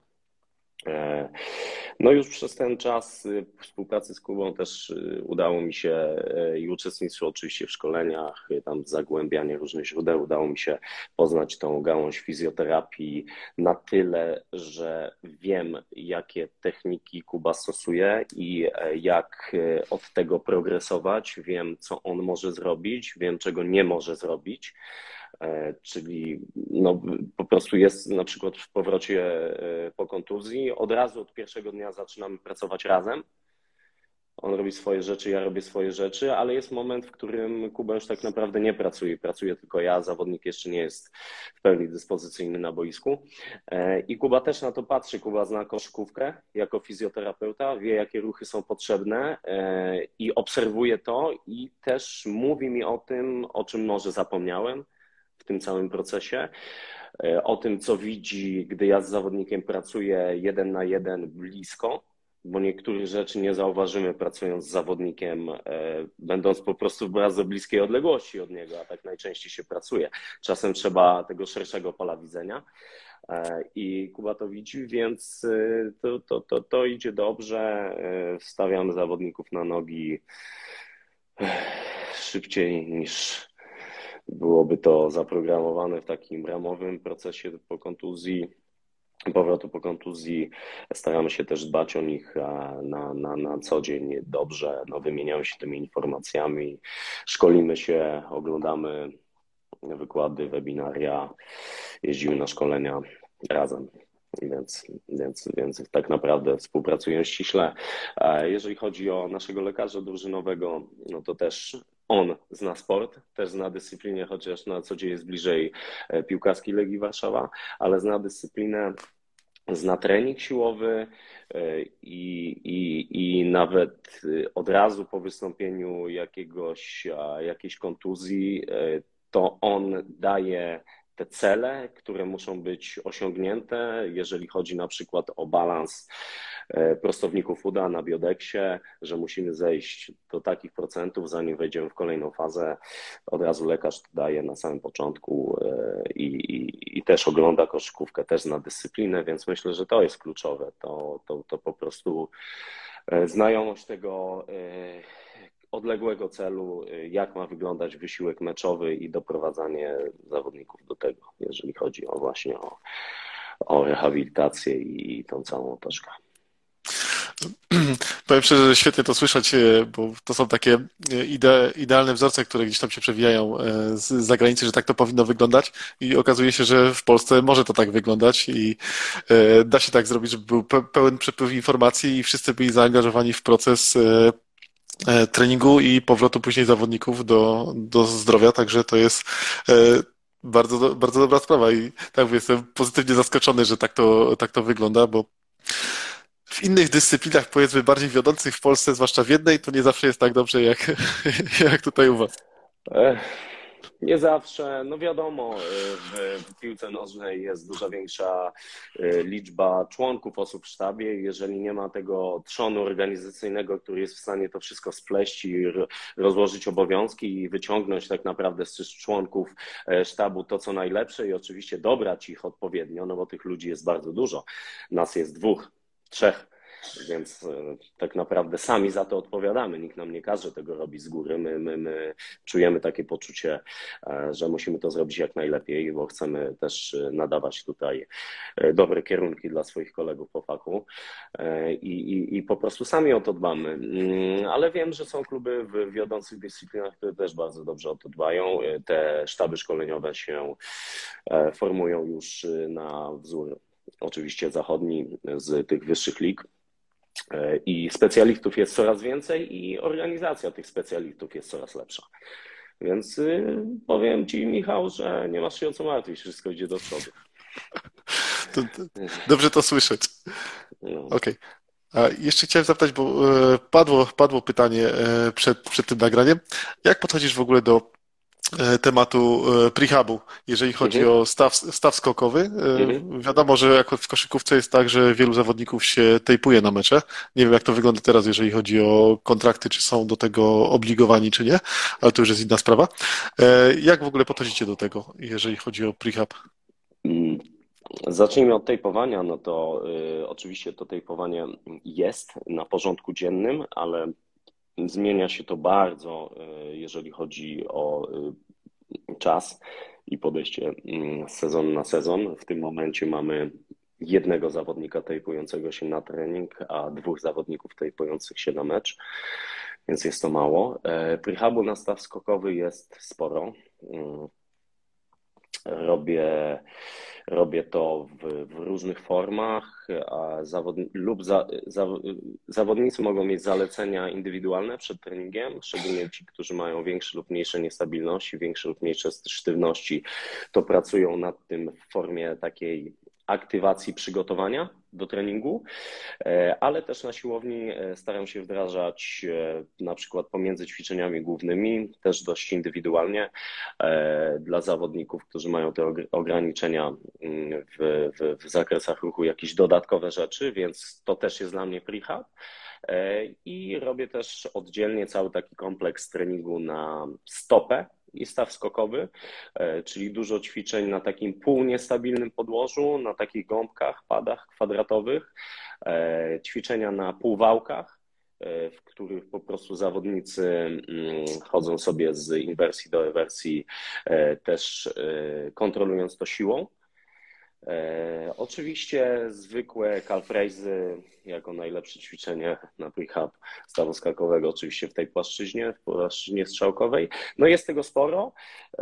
No już przez ten czas współpracy z Kubą też udało mi się i uczestnictwo oczywiście w szkoleniach, tam zagłębianie różnych źródeł, udało mi się poznać tą gałąź fizjoterapii na tyle, że wiem, jakie techniki Kuba stosuje i jak od tego progresować, wiem, co on może zrobić, wiem, czego nie może zrobić. Czyli no, po prostu jest na przykład w powrocie po kontuzji, od razu od pierwszego dnia zaczynamy pracować razem. On robi swoje rzeczy, ja robię swoje rzeczy, ale jest moment, w którym Kuba już tak naprawdę nie pracuje. Pracuję tylko ja, zawodnik jeszcze nie jest w pełni dyspozycyjny na boisku. I Kuba też na to patrzy. Kuba zna koszykówkę jako fizjoterapeuta, wie, jakie ruchy są potrzebne i obserwuje to i też mówi mi o tym, o czym może zapomniałem w tym całym procesie, o tym, co widzi, gdy ja z zawodnikiem pracuję 1 na 1 blisko, bo niektórych rzeczy nie zauważymy pracując z zawodnikiem, będąc po prostu w bardzo bliskiej odległości od niego, a tak najczęściej się pracuje. Czasem trzeba tego szerszego pola widzenia i Kuba to widzi, więc to idzie dobrze. Wstawiamy zawodników na nogi szybciej niż byłoby to zaprogramowane w takim ramowym procesie po kontuzji, powrotu po kontuzji. Staramy się też dbać o nich na co dzień dobrze, no, wymieniamy się tymi informacjami, szkolimy się, oglądamy wykłady, webinaria, jeździmy na szkolenia razem. Więc tak naprawdę współpracują ściśle. Jeżeli chodzi o naszego lekarza drużynowego, no to też on zna sport, też zna dyscyplinę, chociaż na co dzień jest bliżej piłkarskiej Legii Warszawa, ale zna dyscyplinę, zna trening siłowy i nawet od razu po wystąpieniu jakiejś kontuzji, to on daje te cele, które muszą być osiągnięte, jeżeli chodzi na przykład o balans prostowników uda na biodeksie, że musimy zejść do takich procentów, zanim wejdziemy w kolejną fazę. Od razu lekarz to daje na samym początku i też ogląda koszykówkę, też zna dyscyplinę, więc myślę, że to jest kluczowe. To po prostu znajomość tego odległego celu, jak ma wyglądać wysiłek meczowy i doprowadzanie zawodników do tego, jeżeli chodzi o właśnie o rehabilitację i tą całą otoczkę. Powiem szczerze, że świetnie to słyszeć, bo to są takie idealne wzorce, które gdzieś tam się przewijają z zagranicy, że tak to powinno wyglądać i okazuje się, że w Polsce może to tak wyglądać i da się tak zrobić, żeby był pełen przepływ informacji i wszyscy byli zaangażowani w proces treningu i powrotu później zawodników do zdrowia, także to jest bardzo, bardzo dobra sprawa i tak mówię, jestem pozytywnie zaskoczony, że tak to wygląda, bo w innych dyscyplinach, powiedzmy, bardziej wiodących w Polsce, zwłaszcza w jednej, to nie zawsze jest tak dobrze, jak tutaj u Was. Nie zawsze, no wiadomo, w piłce nożnej jest dużo większa liczba członków osób w sztabie. Jeżeli nie ma tego trzonu organizacyjnego, który jest w stanie to wszystko spleść i rozłożyć obowiązki i wyciągnąć tak naprawdę z członków sztabu to, co najlepsze i oczywiście dobrać ich odpowiednio, no bo tych ludzi jest bardzo dużo. Nas jest 2, 3. Więc tak naprawdę sami za to odpowiadamy. Nikt nam nie każe tego robić z góry. My czujemy takie poczucie, że musimy to zrobić jak najlepiej, bo chcemy też nadawać tutaj dobre kierunki dla swoich kolegów po fachu i po prostu sami o to dbamy. Ale wiem, że są kluby w wiodących dyscyplinach, które też bardzo dobrze o to dbają. Te sztaby szkoleniowe się formują już na wzór oczywiście zachodni z tych wyższych lig. I specjalistów jest coraz więcej i organizacja tych specjalistów jest coraz lepsza. Więc powiem Ci, Michał, że nie masz się o co martwić, wszystko idzie do przodu. Dobrze to słyszeć. No. Okej. A jeszcze chciałem zapytać, bo padło pytanie przed tym nagraniem. Jak podchodzisz w ogóle do tematu prehabu, jeżeli chodzi o staw skokowy? Wiadomo, że jako w koszykówce jest tak, że wielu zawodników się tejpuje na mecze. Nie wiem, jak to wygląda teraz, jeżeli chodzi o kontrakty, czy są do tego obligowani, czy nie, ale to już jest inna sprawa. Jak w ogóle podchodzicie do tego, jeżeli chodzi o prehab? Zacznijmy od tejpowania. No to oczywiście to tejpowanie jest na porządku dziennym, ale zmienia się to bardzo, jeżeli chodzi o czas i podejście z sezonu na sezon. W tym momencie mamy jednego zawodnika tejpującego się na trening, a 2 zawodników tejpujących się na mecz, więc jest to mało. Prehabu na staw skokowy jest sporo. Robię to w różnych formach, zawodnicy mogą mieć zalecenia indywidualne przed treningiem, szczególnie ci, którzy mają większe lub mniejsze niestabilności, większe lub mniejsze sztywności, to pracują nad tym w formie takiej aktywacji, przygotowania do treningu, ale też na siłowni staram się wdrażać na przykład pomiędzy ćwiczeniami głównymi, też dość indywidualnie dla zawodników, którzy mają te ograniczenia w zakresach ruchu, jakieś dodatkowe rzeczy, więc to też jest dla mnie prehab. I robię też oddzielnie cały taki kompleks treningu na stopę i staw skokowy, czyli dużo ćwiczeń na takim półniestabilnym podłożu, na takich gąbkach, padach kwadratowych, ćwiczenia na półwałkach, w których po prostu zawodnicy chodzą sobie z inwersji do ewersji, też kontrolując to siłą. Oczywiście zwykłe calf raise'y jako najlepsze ćwiczenie na prehab stawu skakowego, oczywiście w tej płaszczyźnie, w płaszczyźnie strzałkowej. No jest tego sporo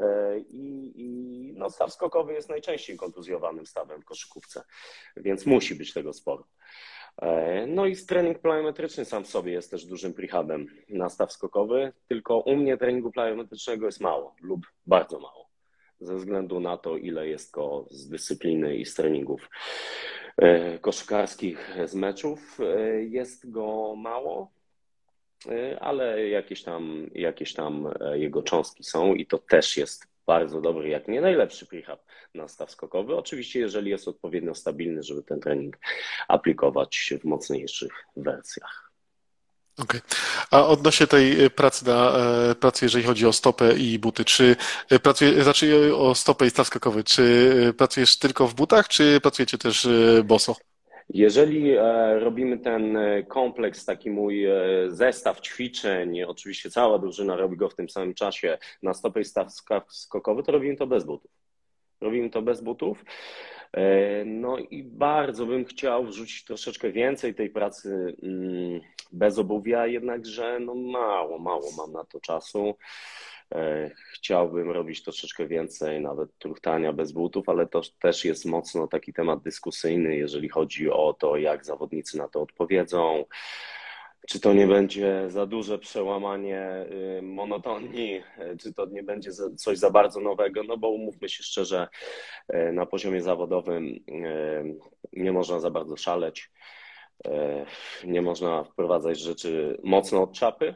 i no staw skokowy jest najczęściej kontuzjowanym stawem w koszykówce, więc musi być tego sporo. No i trening plyometryczny sam w sobie jest też dużym prehabem na staw skokowy, tylko u mnie treningu plyometrycznego jest mało lub bardzo mało, ze względu na to, ile jest go z dyscypliny i z treningów koszykarskich, z meczów. Jest go mało, ale jakieś tam jego cząstki są i to też jest bardzo dobry, jak nie najlepszy prehab na staw skokowy. Oczywiście, jeżeli jest odpowiednio stabilny, żeby ten trening aplikować w mocniejszych wersjach. Okej. A odnośnie tej pracy, jeżeli chodzi o stopę i buty, czy znaczy o stopę i staw skakowy, czy pracujesz tylko w butach, czy pracujecie też boso? Jeżeli robimy ten kompleks, taki mój zestaw ćwiczeń, oczywiście cała drużyna robi go w tym samym czasie na stopę i staw skokowy, to robimy to bez butów. Robimy to bez butów. No i bardzo bym chciał wrzucić troszeczkę więcej tej pracy bez obuwia, jednakże no mało mam na to czasu. Chciałbym robić troszeczkę więcej, nawet truchtania bez butów, ale to też jest mocno taki temat dyskusyjny, jeżeli chodzi o to, jak zawodnicy na to odpowiedzą. Czy to nie będzie za duże przełamanie monotonii, czy to nie będzie coś za bardzo nowego, no bo umówmy się szczerze, na poziomie zawodowym nie można za bardzo szaleć, nie można wprowadzać rzeczy mocno od czapy.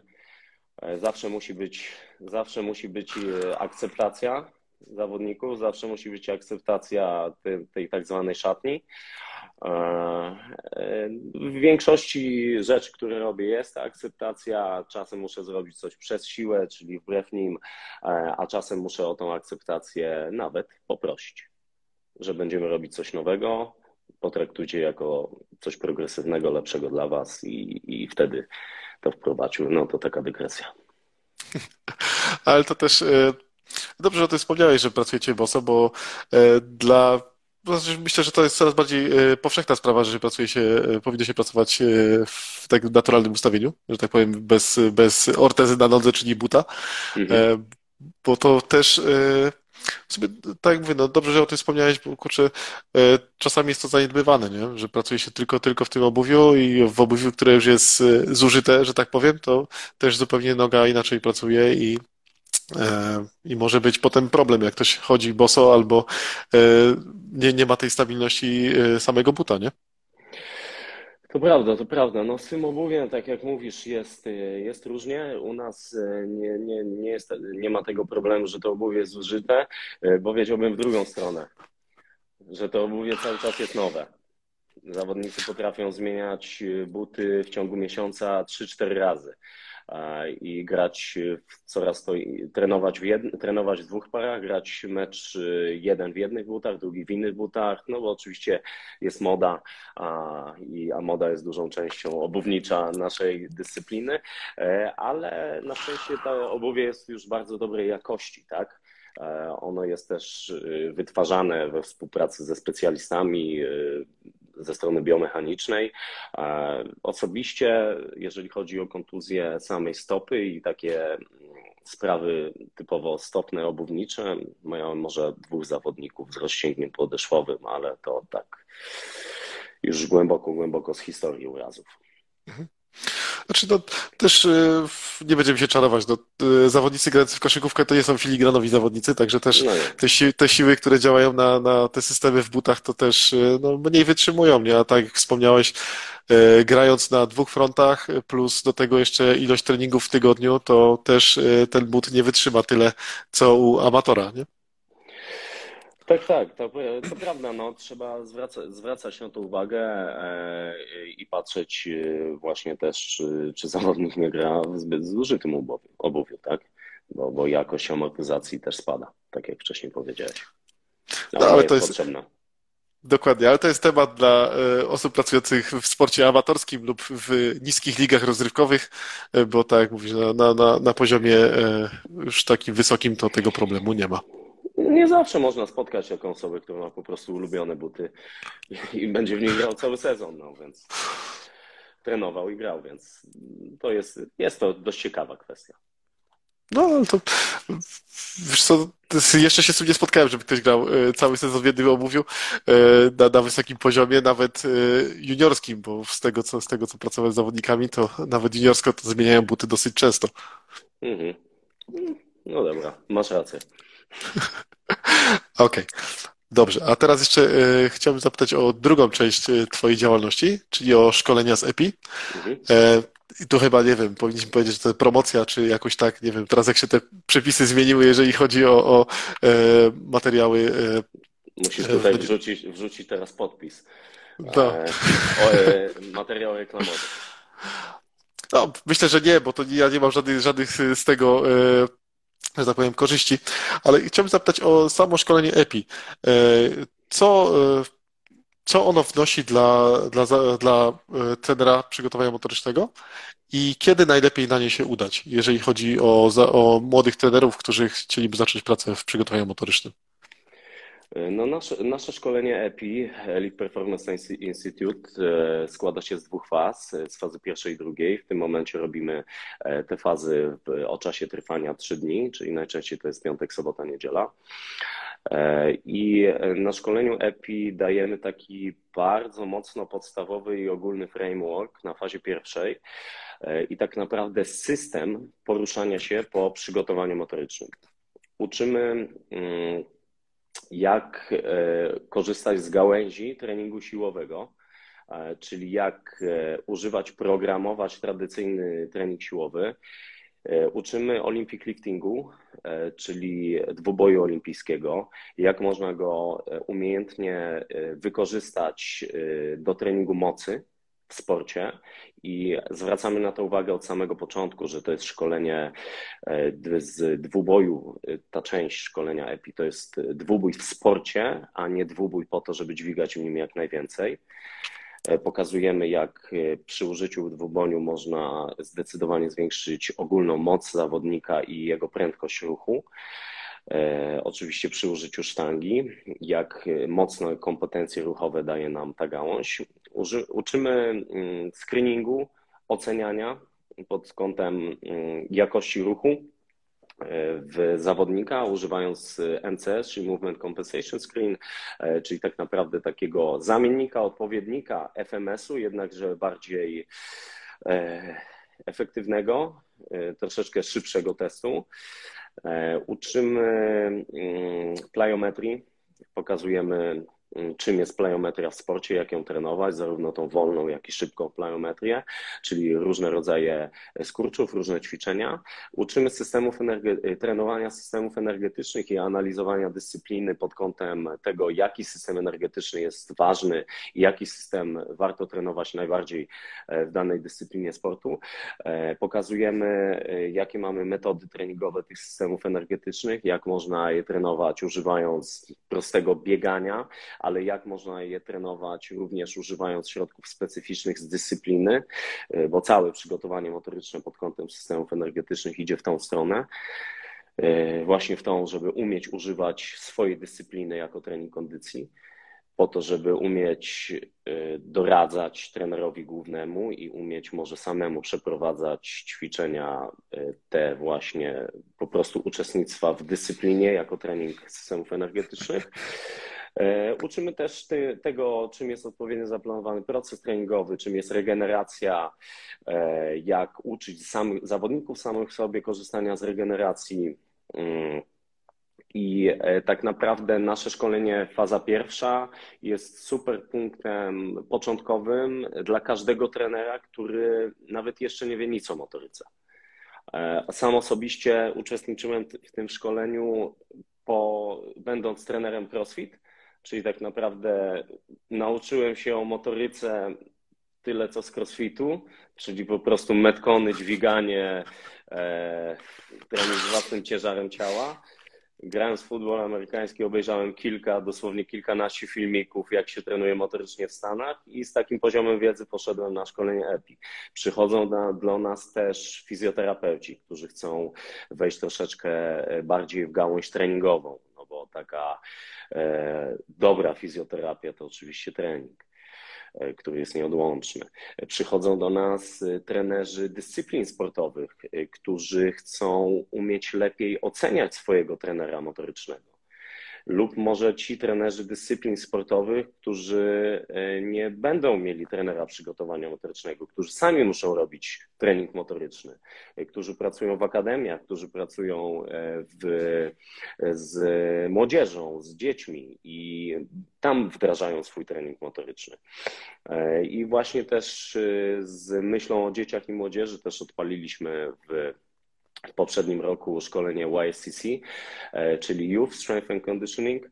Zawsze musi być akceptacja zawodników, zawsze musi być akceptacja tej tak zwanej szatni. W większości rzeczy, które robię, jest ta akceptacja. Czasem muszę zrobić coś przez siłę, czyli wbrew nim, a czasem muszę o tą akceptację nawet poprosić, że będziemy robić coś nowego, potraktujcie jako coś progresywnego, lepszego dla was i wtedy to wprowadził. No to taka dygresja. Ale to też dobrze, że o tym wspomniałeś, że pracujecie boso, bo znaczy myślę, że to jest coraz bardziej powszechna sprawa, że powinno się pracować w tak naturalnym ustawieniu, że tak powiem, bez ortezy na nodze, czyli buta, Mhm. bo to też w sumie, tak jak mówię, no dobrze, że o tym wspomniałeś, bo kurczę, czasami jest to zaniedbywane, nie? Że pracuje się tylko w tym obuwiu i w obuwiu, które już jest zużyte, że tak powiem, to też zupełnie noga inaczej pracuje i może być potem problem, jak ktoś chodzi boso albo nie ma tej stabilności samego buta, nie? To prawda, to prawda. No z tym obuwiem, tak jak mówisz, jest różnie. U nas nie ma tego problemu, że to obuwie jest zużyte, bo wiedziałbym w drugą stronę, że to obuwie cały czas jest nowe. Zawodnicy potrafią zmieniać buty w ciągu miesiąca 3-4 razy i grać trenować w dwóch parach, grać mecz jeden w jednych butach, drugi w innych butach, no bo oczywiście jest moda, a moda jest dużą częścią obuwnicza naszej dyscypliny, ale na szczęście to obuwie jest już bardzo dobrej jakości, tak? Ono jest też wytwarzane we współpracy ze specjalistami ze strony biomechanicznej. Osobiście, jeżeli chodzi o kontuzję samej stopy i takie sprawy typowo stopne, obuwnicze, miałem może 2 zawodników z rozcięgiem podeszwowym, ale to tak już głęboko z historii urazów. Znaczy, no, też nie będziemy się czarować. No, zawodnicy grający w koszykówkę to nie są filigranowi zawodnicy, także też No nie. te siły, które działają na te systemy w butach, to też no, mniej wytrzymują, nie? A tak jak wspomniałeś, grając na dwóch frontach, plus do tego jeszcze ilość treningów w tygodniu, to też ten but nie wytrzyma tyle, co u amatora, nie? Tak, tak, to prawda, no, trzeba zwracać na to uwagę i patrzeć właśnie też, czy zawodnik nie gra w zbyt zużytym obuwiu, tak? Bo jakość amortyzacji też spada, tak jak wcześniej powiedziałeś. No, Ona ale to jest jest potrzebna. dokładnie, ale to jest temat dla osób pracujących w sporcie amatorskim lub w niskich ligach rozrywkowych, bo tak jak mówisz, na poziomie już takim wysokim to tego problemu nie ma. Nie zawsze można spotkać taką osobę, która ma po prostu ulubione buty i będzie w nich grał cały sezon, no więc trenował i grał, więc jest to dość ciekawa kwestia. No, ale to wiesz co, jeszcze się z tym nie spotkałem, żeby ktoś grał cały sezon w jednym obuwiu na wysokim poziomie, nawet juniorskim, bo z tego co pracowałem z zawodnikami, to nawet juniorsko to zmieniają buty dosyć często. Mhm. No dobra, masz rację. Okej. Dobrze, a teraz jeszcze chciałbym zapytać o drugą część Twojej działalności, czyli o szkolenia z EPI. Mhm. I tu chyba, nie wiem, powinniśmy powiedzieć, że to promocja, czy jakoś tak, nie wiem, teraz jak się te przepisy zmieniły, jeżeli chodzi o materiały. Musisz W tutaj media- wrzucić teraz podpis. no, Materiał reklamowy. no, myślę, że nie, bo to ja nie mam żadnych z tego, że tak powiem, korzyści, ale chciałbym zapytać o samo szkolenie EPI. E, Co, e, co ono wnosi dla trenera przygotowania motorycznego? I kiedy najlepiej na nie się udać, jeżeli chodzi o młodych trenerów, którzy chcieliby zacząć pracę w przygotowaniu motorycznym? No nasze szkolenie EPI, Elite Performance Institute, składa się z dwóch faz, z fazy pierwszej i drugiej. W tym momencie robimy te fazy o czasie trwania 3 dni, czyli najczęściej to jest piątek, sobota, niedziela. I na szkoleniu EPI dajemy taki bardzo mocno podstawowy i ogólny framework na fazie pierwszej i tak naprawdę system poruszania się po przygotowaniu motorycznym. Uczymy, jak korzystać z gałęzi treningu siłowego, czyli jak używać, programować tradycyjny trening siłowy. Uczymy Olympic Liftingu, czyli dwuboju olimpijskiego, jak można go umiejętnie wykorzystać do treningu mocy w sporcie i zwracamy na to uwagę od samego początku, że to jest szkolenie z dwuboju. Ta część szkolenia EPI to jest dwubój w sporcie, a nie dwubój po to, żeby dźwigać w nim jak najwięcej. Pokazujemy, jak przy użyciu dwuboniu można zdecydowanie zwiększyć ogólną moc zawodnika i jego prędkość ruchu. Oczywiście przy użyciu sztangi, jak mocne kompetencje ruchowe daje nam ta gałąź. Uczymy screeningu, oceniania pod kątem jakości ruchu w zawodnika, używając MCS, czyli Movement Compensation Screen, czyli tak naprawdę takiego zamiennika, odpowiednika FMS-u, jednakże bardziej efektywnego, troszeczkę szybszego testu. Uczymy plyometrii, pokazujemy, czym jest plyometria w sporcie, jak ją trenować, zarówno tą wolną, jak i szybką plyometrię, czyli różne rodzaje skurczów, różne ćwiczenia. Uczymy trenowania systemów energetycznych i analizowania dyscypliny pod kątem tego, jaki system energetyczny jest ważny i jaki system warto trenować najbardziej w danej dyscyplinie sportu. Pokazujemy, jakie mamy metody treningowe tych systemów energetycznych, jak można je trenować używając prostego biegania, ale jak można je trenować również używając środków specyficznych z dyscypliny, bo całe przygotowanie motoryczne pod kątem systemów energetycznych idzie w tą stronę, właśnie w tą, żeby umieć używać swojej dyscypliny jako trening kondycji, po to, żeby umieć doradzać trenerowi głównemu i umieć może samemu przeprowadzać ćwiczenia te właśnie po prostu uczestnictwa w dyscyplinie jako trening systemów energetycznych. Uczymy też tego, czym jest odpowiednio zaplanowany proces treningowy, czym jest regeneracja, jak uczyć zawodników samych sobie korzystania z regeneracji. I tak naprawdę nasze szkolenie, faza pierwsza, jest super punktem początkowym dla każdego trenera, który nawet jeszcze nie wie nic o motoryce. Sam osobiście uczestniczyłem w tym szkoleniu, będąc trenerem CrossFit, czyli tak naprawdę nauczyłem się o motoryce tyle co z CrossFitu, czyli po prostu metcony, dźwiganie, trening z własnym ciężarem ciała. Grając w futbol amerykański obejrzałem dosłownie kilkanaście filmików, jak się trenuje motorycznie w Stanach i z takim poziomem wiedzy poszedłem na szkolenie EPI. Przychodzą do nas też fizjoterapeuci, którzy chcą wejść troszeczkę bardziej w gałąź treningową, no bo taka dobra fizjoterapia to oczywiście trening, który jest nieodłączny. Przychodzą do nas trenerzy dyscyplin sportowych, którzy chcą umieć lepiej oceniać swojego trenera motorycznego. Lub może ci trenerzy dyscyplin sportowych, którzy nie będą mieli trenera przygotowania motorycznego, którzy sami muszą robić trening motoryczny, którzy pracują w akademiach, którzy pracują z młodzieżą, z dziećmi i tam wdrażają swój trening motoryczny. I właśnie też z myślą o dzieciach i młodzieży też odpaliliśmy w poprzednim roku szkolenie YSCC, czyli Youth Strength and Conditioning.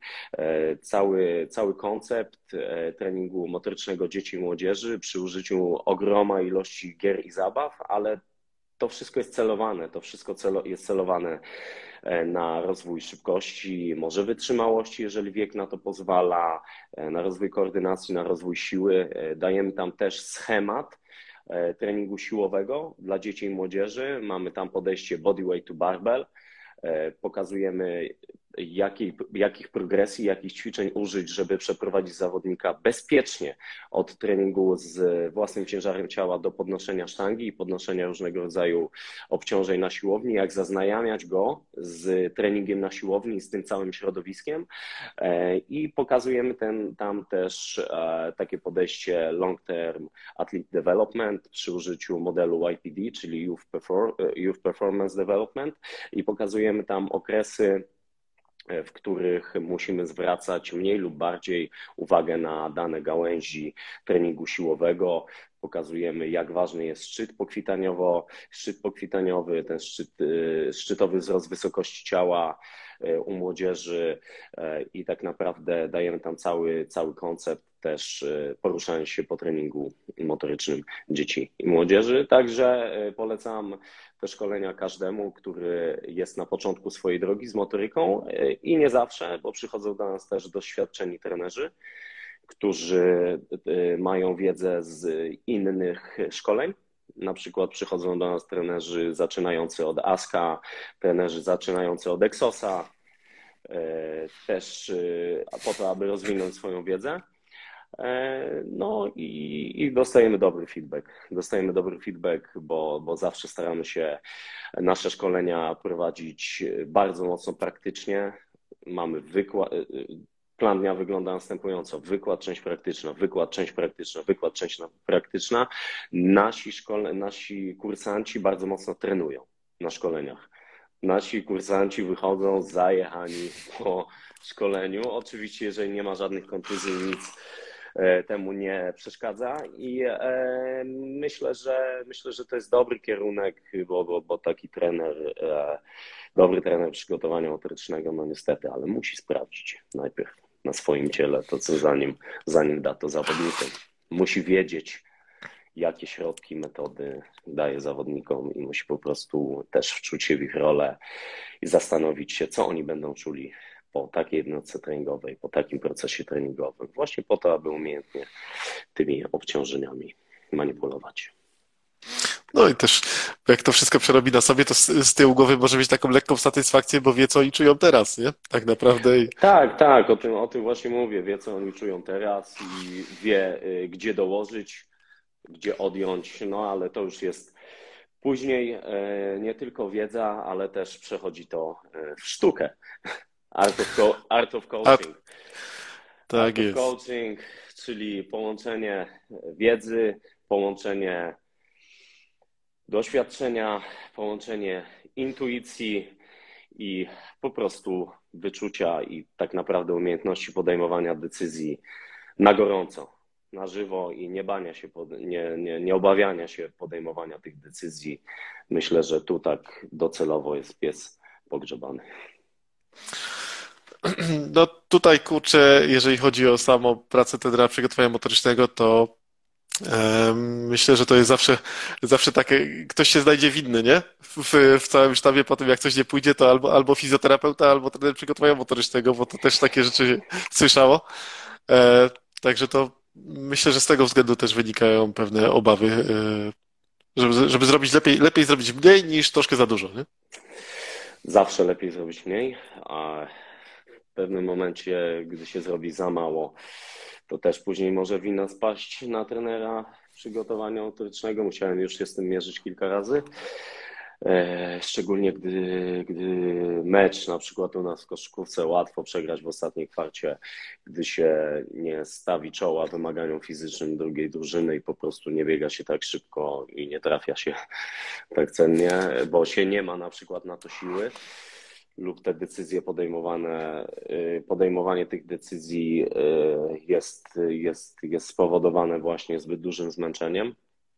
Cały koncept treningu motorycznego dzieci i młodzieży przy użyciu ogroma ilości gier i zabaw, ale to wszystko jest celowane, jest celowane na rozwój szybkości, może wytrzymałości, jeżeli wiek na to pozwala, na rozwój koordynacji, na rozwój siły. Dajemy tam też schemat treningu siłowego dla dzieci i młodzieży. Mamy tam podejście bodyweight to barbell. Pokazujemy, jakich progresji, jakich ćwiczeń użyć, żeby przeprowadzić zawodnika bezpiecznie od treningu z własnym ciężarem ciała do podnoszenia sztangi i podnoszenia różnego rodzaju obciążeń na siłowni, jak zaznajamiać go z treningiem na siłowni, z tym całym środowiskiem i pokazujemy tam też takie podejście long term athlete development przy użyciu modelu YPD, czyli Youth Performance Development i pokazujemy tam okresy, w których musimy zwracać mniej lub bardziej uwagę na dane gałęzi treningu siłowego. Pokazujemy, jak ważny jest szczyt pokwitaniowy, ten szczytowy wzrost wysokości ciała u młodzieży i tak naprawdę dajemy tam cały koncept też poruszając się po treningu motorycznym dzieci i młodzieży. Także polecam te szkolenia każdemu, który jest na początku swojej drogi z motoryką i nie zawsze, bo przychodzą do nas też doświadczeni trenerzy, którzy mają wiedzę z innych szkoleń. Na przykład przychodzą do nas trenerzy zaczynający od ASKA, trenerzy zaczynający od Exosa, też po to, aby rozwinąć swoją wiedzę. No i dostajemy dobry feedback. Dostajemy dobry feedback, bo zawsze staramy się nasze szkolenia prowadzić bardzo mocno praktycznie. Mamy plan dnia wygląda następująco. Wykład, część praktyczna, wykład, część praktyczna, wykład, część praktyczna. Nasi kursanci bardzo mocno trenują na szkoleniach. Nasi kursanci wychodzą zajechani po szkoleniu. Oczywiście, jeżeli nie ma żadnych kontuzji, nic temu nie przeszkadza i myślę, że to jest dobry kierunek, bo taki dobry trener przygotowania motorycznego, no niestety, ale musi sprawdzić najpierw na swoim ciele to, co zanim da to zawodnikom. Musi wiedzieć, jakie środki, metody daje zawodnikom i musi po prostu też wczuć się w ich rolę i zastanowić się, co oni będą czuli po takiej jednostce treningowej, po takim procesie treningowym, właśnie po to, aby umiejętnie tymi obciążeniami manipulować. No i też jak to wszystko przerobi na sobie, to z tyłu głowy może mieć taką lekką satysfakcję, bo wie, co oni czują teraz, nie? Tak naprawdę. Tak, o tym właśnie mówię. Wie, co oni czują teraz i wie, gdzie dołożyć, gdzie odjąć, no ale to już jest później nie tylko wiedza, ale też przechodzi to w sztukę. Art of coaching. Tak Active jest. coaching, czyli połączenie wiedzy, połączenie doświadczenia, połączenie intuicji i po prostu wyczucia i tak naprawdę umiejętności podejmowania decyzji na gorąco, na żywo i nie bania się, nie obawiania się podejmowania tych decyzji. Myślę, że tu tak docelowo jest pies pogrzebany. No tutaj kurczę, jeżeli chodzi o samą pracę trenera przygotowania motorycznego, to myślę, że to jest zawsze takie, ktoś się znajdzie winny, nie? W całym sztabie po tym, jak coś nie pójdzie, to albo fizjoterapeuta, albo trener przygotowania motorycznego, bo to też takie rzeczy się słyszało. E, także to myślę, że z tego względu też wynikają pewne obawy, żeby zrobić lepiej zrobić mniej niż troszkę za dużo, nie? Zawsze lepiej zrobić mniej, a w pewnym momencie, gdy się zrobi za mało, to też później może wina spaść na trenera przygotowania motorycznego. Musiałem już się z tym mierzyć kilka razy. Szczególnie gdy mecz, na przykład u nas w koszykówce, łatwo przegrać w ostatniej kwarcie, gdy się nie stawi czoła wymaganiom fizycznym drugiej drużyny i po prostu nie biega się tak szybko i nie trafia się tak cennie, bo się nie ma na przykład na to siły lub te decyzje podejmowanie tych decyzji jest spowodowane właśnie zbyt dużym zmęczeniem.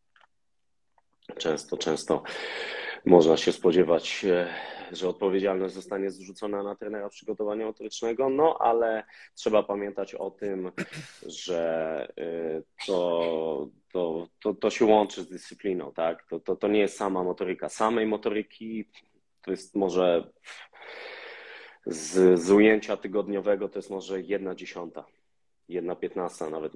Często można się spodziewać, że odpowiedzialność zostanie zrzucona na trenera przygotowania motorycznego, no ale trzeba pamiętać o tym, że to się łączy z dyscypliną, tak? To nie jest sama motoryka. Samej motoryki to jest może z ujęcia tygodniowego to jest może 1/10, 1/15 nawet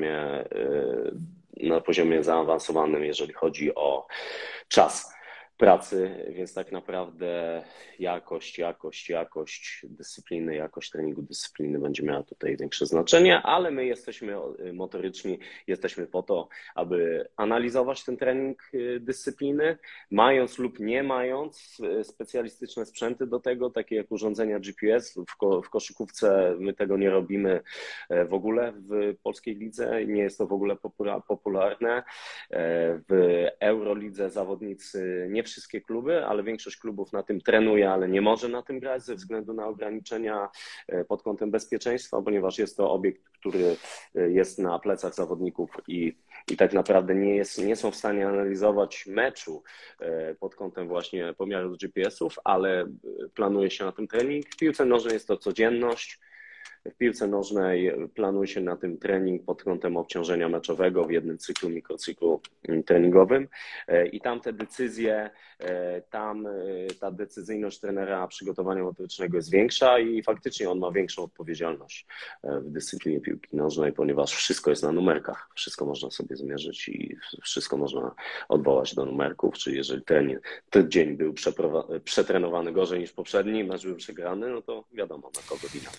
na poziomie zaawansowanym, jeżeli chodzi o czas pracy, więc tak naprawdę jakość dyscypliny, jakość treningu dyscypliny będzie miała tutaj większe znaczenie, ale my jesteśmy motoryczni, jesteśmy po to, aby analizować ten trening dyscypliny, mając lub nie mając specjalistyczne sprzęty do tego, takie jak urządzenia GPS. W koszykówce my tego nie robimy w ogóle w polskiej lidze, nie jest to w ogóle popularne. W Eurolidze zawodnicy, nie wszystkie kluby, ale większość klubów na tym trenuje, ale nie może na tym grać ze względu na ograniczenia pod kątem bezpieczeństwa, ponieważ jest to obiekt, który jest na plecach zawodników i tak naprawdę nie są w stanie analizować meczu pod kątem właśnie pomiarów GPS-ów, ale planuje się na tym trening. W piłce nożnej jest to codzienność. W piłce nożnej planuje się na tym trening pod kątem obciążenia meczowego w jednym cyklu, mikrocyklu treningowym i tam te decyzje, ta decyzyjność trenera przygotowania motorycznego jest większa i faktycznie on ma większą odpowiedzialność w dyscyplinie piłki nożnej, ponieważ wszystko jest na numerkach, wszystko można sobie zmierzyć i wszystko można odwołać do numerków, czyli jeżeli ten dzień był przetrenowany gorzej niż poprzedni, mecz był przegrany, no to wiadomo na kogo wina.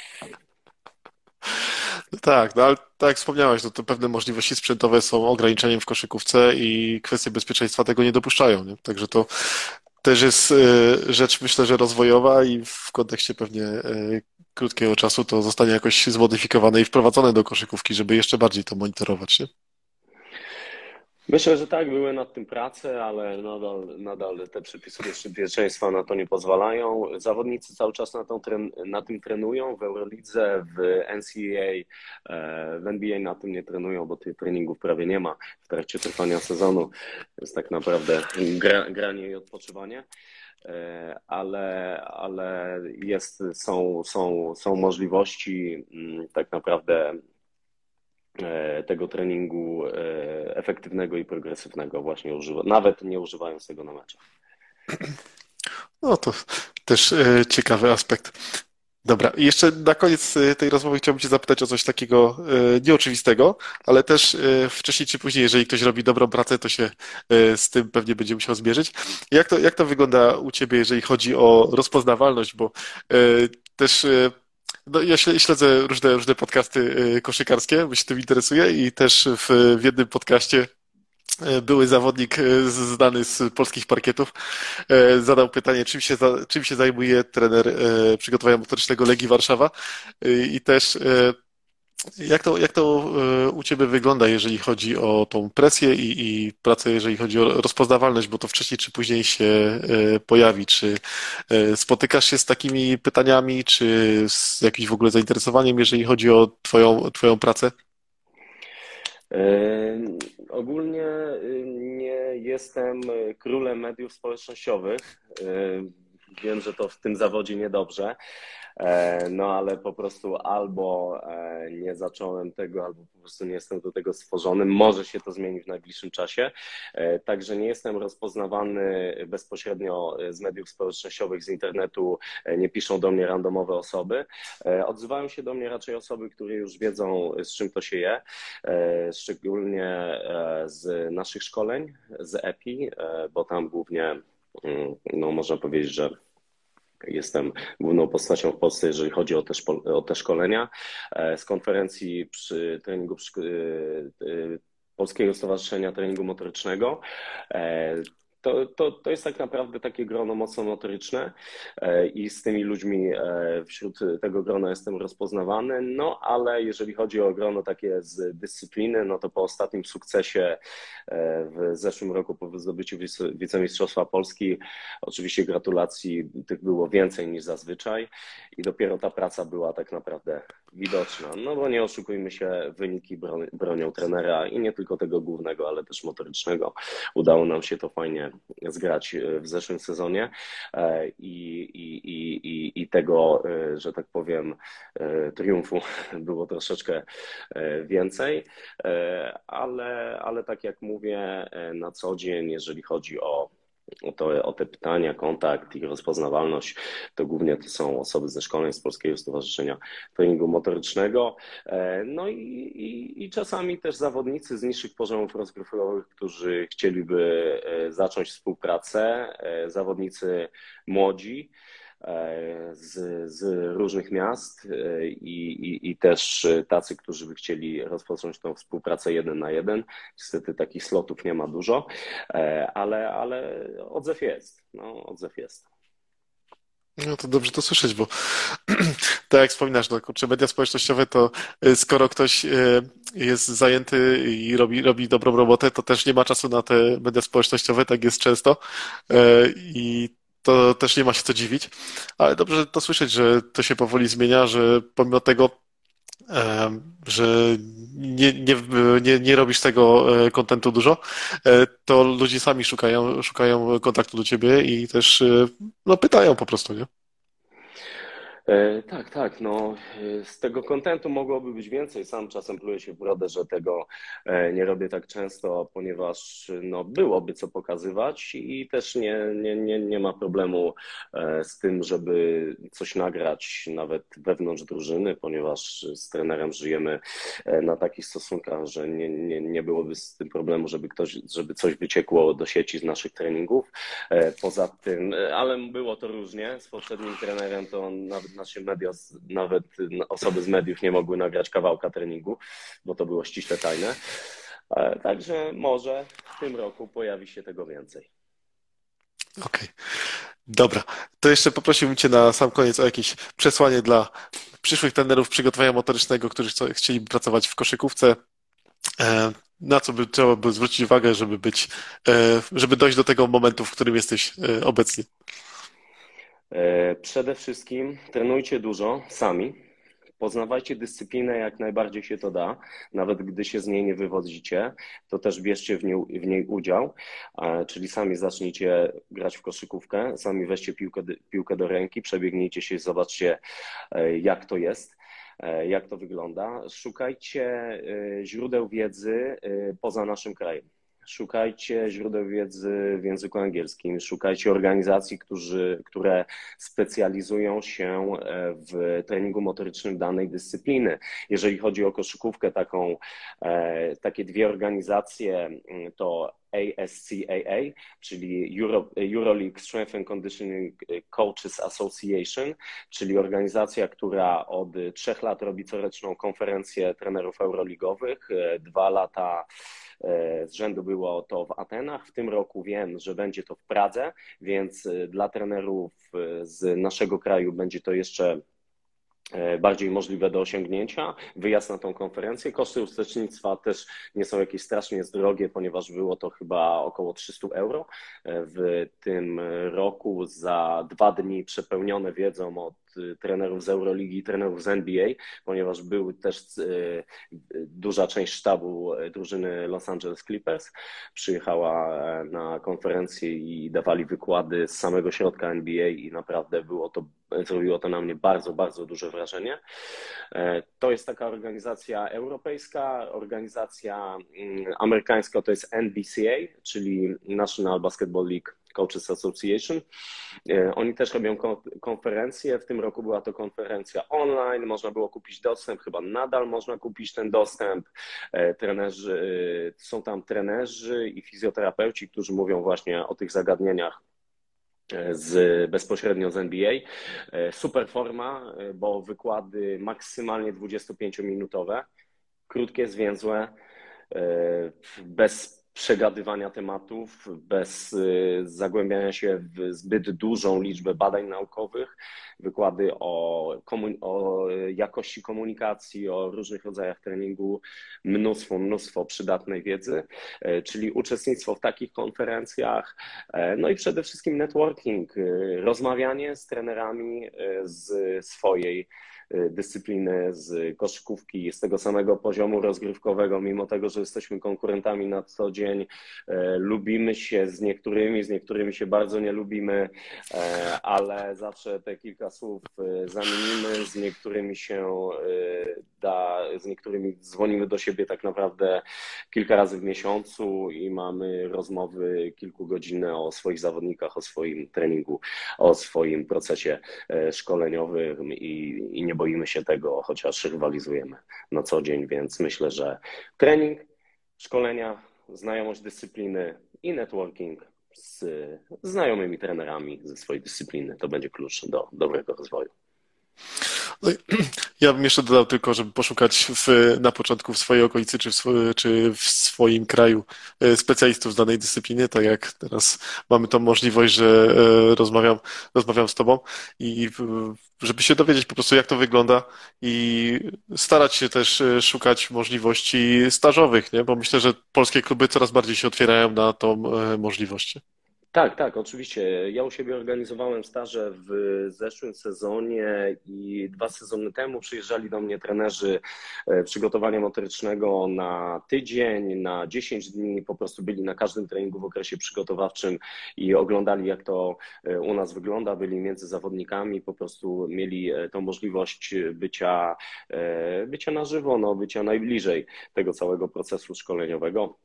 No tak, no ale tak jak wspomniałeś, no to pewne możliwości sprzętowe są ograniczeniem w koszykówce i kwestie bezpieczeństwa tego nie dopuszczają, nie? Także to też jest rzecz, myślę, że rozwojowa i w kontekście pewnie krótkiego czasu to zostanie jakoś zmodyfikowane i wprowadzone do koszykówki, żeby jeszcze bardziej to monitorować, nie? Myślę, że tak, były nad tym prace, ale nadal te przepisy bezpieczeństwa na to nie pozwalają. Zawodnicy cały czas na tym trenują. W Eurolidze, w NCAA, w NBA na tym nie trenują, bo tych treningów prawie nie ma w trakcie trwania sezonu. Jest tak naprawdę granie i odpoczywanie. Ale są możliwości tak naprawdę tego treningu efektywnego i progresywnego właśnie nawet nie używając tego na meczach. No to też ciekawy aspekt. Dobra, i jeszcze na koniec tej rozmowy chciałbym Cię zapytać o coś takiego nieoczywistego, ale też wcześniej czy później, jeżeli ktoś robi dobrą pracę, to się z tym pewnie będzie musiał zmierzyć. Jak to wygląda u Ciebie, jeżeli chodzi o rozpoznawalność, bo też no, ja śledzę różne podcasty koszykarskie, bo się tym interesuję i też w jednym podcaście były zawodnik znany z polskich parkietów zadał pytanie, czym się zajmuje trener przygotowania motorycznego Legii Warszawa i też Jak to u Ciebie wygląda, jeżeli chodzi o tą presję i pracę, jeżeli chodzi o rozpoznawalność, bo to wcześniej czy później się pojawi? Czy spotykasz się z takimi pytaniami, czy z jakimś w ogóle zainteresowaniem, jeżeli chodzi o Twoją pracę? Ogólnie nie jestem królem mediów społecznościowych. Wiem, że to w tym zawodzie niedobrze, no ale po prostu albo nie zacząłem tego, albo po prostu nie jestem do tego stworzony. Może się to zmieni w najbliższym czasie. Także nie jestem rozpoznawany bezpośrednio z mediów społecznościowych, z internetu, nie piszą do mnie randomowe osoby. Odzywają się do mnie raczej osoby, które już wiedzą, z czym to się je, szczególnie z naszych szkoleń, z EPI, bo tam głównie, no można powiedzieć, że jestem główną postacią w Polsce, jeżeli chodzi o te szkolenia. Z konferencji przy treningu Polskiego Stowarzyszenia Treningu Motorycznego. To jest tak naprawdę takie grono mocno motoryczne i z tymi ludźmi wśród tego grona jestem rozpoznawany, no ale jeżeli chodzi o grono takie z dyscypliny, no to po ostatnim sukcesie w zeszłym roku po zdobyciu wicemistrzostwa Polski, oczywiście gratulacji, tych było więcej niż zazwyczaj i dopiero ta praca była tak naprawdę widoczna, no bo nie oszukujmy się, wyniki bronią trenera i nie tylko tego głównego, ale też motorycznego. Udało nam się to fajnie zgrać w zeszłym sezonie i tego, że tak powiem, triumfu było troszeczkę więcej, ale tak jak mówię, na co dzień, jeżeli chodzi o te pytania, kontakt i rozpoznawalność, to głównie to są osoby ze szkoleń z Polskiego Stowarzyszenia Treningu Motorycznego, no i czasami też zawodnicy z niższych poziomów rozgrywkowych, którzy chcieliby zacząć współpracę, zawodnicy młodzi, z różnych miast i też tacy, którzy by chcieli rozpocząć tą współpracę 1 na 1. Niestety takich slotów nie ma dużo, ale odzew jest. No, odzew jest. No to dobrze to słyszeć, bo tak jak wspominasz, no kurczę, media społecznościowe to skoro ktoś jest zajęty i robi dobrą robotę, to też nie ma czasu na te media społecznościowe, tak jest często i to też nie ma się co dziwić, ale dobrze to słyszeć, że to się powoli zmienia, że pomimo tego, że nie robisz tego kontentu dużo, to ludzie sami szukają kontaktu do ciebie i też no, pytają po prostu, nie? Tak, tak. No, z tego kontentu mogłoby być więcej. Sam czasem pluję się w brodę, że tego nie robię tak często, ponieważ no, byłoby co pokazywać i też nie ma problemu z tym, żeby coś nagrać nawet wewnątrz drużyny, ponieważ z trenerem żyjemy na takich stosunkach, że nie byłoby z tym problemu, żeby coś wyciekło do sieci z naszych treningów. Poza tym, ale było to różnie. Z poprzednim trenerem to nawet nawet osoby z mediów nie mogły nagrać kawałka treningu, bo to było ściśle tajne. Także może w tym roku pojawi się tego więcej. Okej, dobra. To jeszcze poprosiłbym Cię na sam koniec o jakieś przesłanie dla przyszłych trenerów przygotowania motorycznego, którzy chcieliby pracować w koszykówce. Na co by trzeba by zwrócić uwagę, żeby dojść do tego momentu, w którym jesteś obecnie? Przede wszystkim trenujcie dużo sami. Poznawajcie dyscyplinę jak najbardziej się to da, nawet gdy się z niej nie wywodzicie, to też bierzcie w niej udział, czyli sami zacznijcie grać w koszykówkę, sami weźcie piłkę do ręki, przebiegnijcie się, zobaczcie jak to jest, jak to wygląda. Szukajcie źródeł wiedzy poza naszym krajem. Szukajcie źródeł wiedzy w języku angielskim, szukajcie organizacji, które specjalizują się w treningu motorycznym danej dyscypliny. Jeżeli chodzi o koszykówkę, takie dwie organizacje to ASCAA, czyli EuroLeague Strength and Conditioning Coaches Association, czyli organizacja, która od 3 lat robi coroczną konferencję trenerów euroligowych. 2 lata z rzędu było to w Atenach. W tym roku wiem, że będzie to w Pradze, więc dla trenerów z naszego kraju będzie to jeszcze bardziej możliwe do osiągnięcia. Wyjazd na tą konferencję. Koszty uczestnictwa też nie są jakieś strasznie drogie, ponieważ było to chyba około 300 euro. W tym roku za 2 dni przepełnione wiedzą od trenerów z Euroligi i trenerów z NBA, ponieważ był też duża część sztabu drużyny Los Angeles Clippers. Przyjechała na konferencję i dawali wykłady z samego środka NBA i naprawdę zrobiło to na mnie bardzo, bardzo duże wrażenie. To jest taka organizacja europejska, organizacja amerykańska to jest NBCA, czyli National Basketball League Coaches Association. Oni też robią konferencje. W tym roku była to konferencja online, można było kupić dostęp, chyba nadal można kupić ten dostęp. Są tam trenerzy i fizjoterapeuci, którzy mówią właśnie o tych zagadnieniach bezpośrednio z NBA. Super forma, bo wykłady maksymalnie 25-minutowe, krótkie, zwięzłe, bez przegadywania tematów, bez zagłębiania się w zbyt dużą liczbę badań naukowych, wykłady o jakości komunikacji, o różnych rodzajach treningu, mnóstwo przydatnej wiedzy, czyli uczestnictwo w takich konferencjach, no i przede wszystkim networking, rozmawianie z trenerami z swojej dyscypliny, z koszykówki, z tego samego poziomu rozgrywkowego, mimo tego, że jesteśmy konkurentami na co dzień, lubimy się z niektórymi się bardzo nie lubimy, ale zawsze te kilka słów zamienimy, z niektórymi się da, z niektórymi dzwonimy do siebie tak naprawdę kilka razy w miesiącu i mamy rozmowy kilkugodzinne o swoich zawodnikach, o swoim treningu, o swoim procesie szkoleniowym i nie boimy się tego, chociaż rywalizujemy na co dzień, więc myślę, że trening, szkolenia, znajomość dyscypliny i networking z znajomymi trenerami ze swojej dyscypliny to będzie klucz do dobrego rozwoju. No ja bym jeszcze dodał tylko, żeby poszukać na początku w swojej okolicy czy w swoim kraju specjalistów z danej dyscypliny, tak jak teraz mamy tą możliwość, że rozmawiam z tobą i żeby się dowiedzieć po prostu, jak to wygląda i starać się też szukać możliwości stażowych, nie? Bo myślę, że polskie kluby coraz bardziej się otwierają na tą możliwość. Tak, oczywiście. Ja u siebie organizowałem staże w zeszłym sezonie i 2 sezony temu przyjeżdżali do mnie trenerzy przygotowania motorycznego na tydzień, na 10 dni, po prostu byli na każdym treningu w okresie przygotowawczym i oglądali, jak to u nas wygląda, byli między zawodnikami, po prostu mieli tą możliwość bycia na żywo, no, bycia najbliżej tego całego procesu szkoleniowego.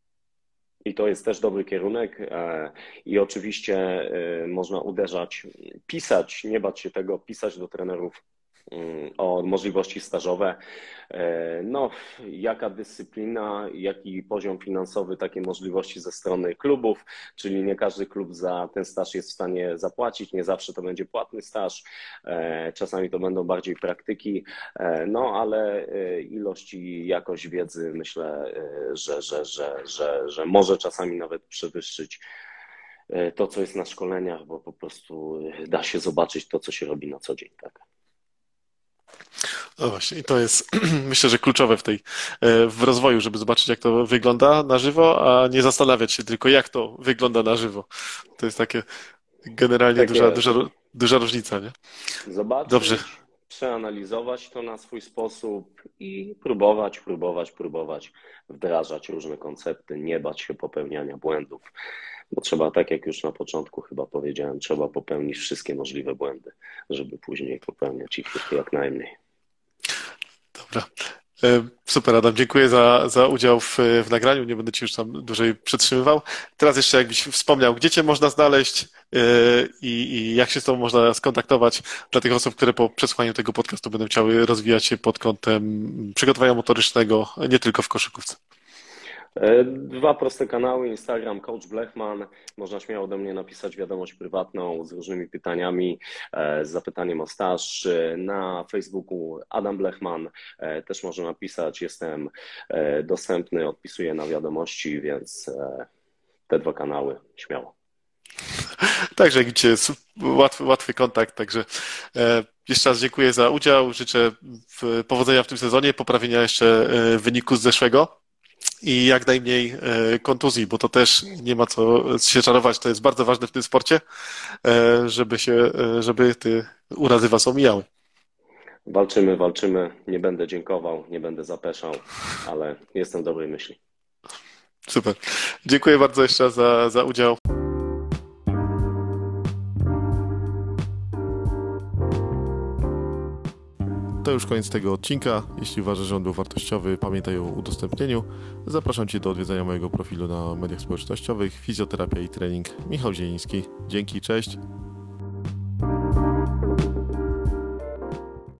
I to jest też dobry kierunek i oczywiście można pisać, nie bać się tego, pisać do trenerów o możliwości stażowe. No, jaka dyscyplina, jaki poziom finansowy, takie możliwości ze strony klubów, czyli nie każdy klub za ten staż jest w stanie zapłacić, nie zawsze to będzie płatny staż, czasami to będą bardziej praktyki, no ale ilość i jakość wiedzy myślę, że może czasami nawet przewyższyć to, co jest na szkoleniach, bo po prostu da się zobaczyć to, co się robi na co dzień, tak. No właśnie, i to jest myślę, że kluczowe w rozwoju, żeby zobaczyć, jak to wygląda na żywo, a nie zastanawiać się tylko, jak to wygląda na żywo. To jest takie generalnie Tak jest. duża różnica, nie? Dobrze. Zobaczyć, przeanalizować to na swój sposób i próbować wdrażać różne koncepty, nie bać się popełniania błędów, bo trzeba, tak jak już na początku chyba powiedziałem, trzeba popełnić wszystkie możliwe błędy, żeby później popełniać ich jak najmniej. Dobra. Super, Adam, dziękuję za udział w nagraniu. Nie będę Ci już tam dłużej przetrzymywał. Teraz jeszcze jakbyś wspomniał, gdzie Cię można znaleźć i jak się z Tobą można skontaktować dla tych osób, które po przesłuchaniu tego podcastu będą chciały rozwijać się pod kątem przygotowania motorycznego, nie tylko w koszykówce. 2 proste kanały, Instagram Coach Blechman, można śmiało do mnie napisać wiadomość prywatną z różnymi pytaniami, z zapytaniem o staż. Na Facebooku Adam Blechman też można napisać, jestem dostępny, odpisuję na wiadomości, więc te 2 kanały śmiało. Także jak widzicie, łatwy kontakt. Także jeszcze raz dziękuję za udział. Życzę powodzenia w tym sezonie, poprawienia jeszcze wyniku z zeszłego i jak najmniej kontuzji, bo to też nie ma co się czarować. To jest bardzo ważne w tym sporcie, żeby te urazy was omijały. Walczymy. Nie będę dziękował, nie będę zapeszał, ale jestem dobrej myśli. Super. Dziękuję bardzo jeszcze raz za udział. To już koniec tego odcinka. Jeśli uważasz, że on był wartościowy, pamiętaj o udostępnieniu. Zapraszam Cię do odwiedzenia mojego profilu na mediach społecznościowych. Fizjoterapia i trening. Michał Zieliński. Dzięki, cześć.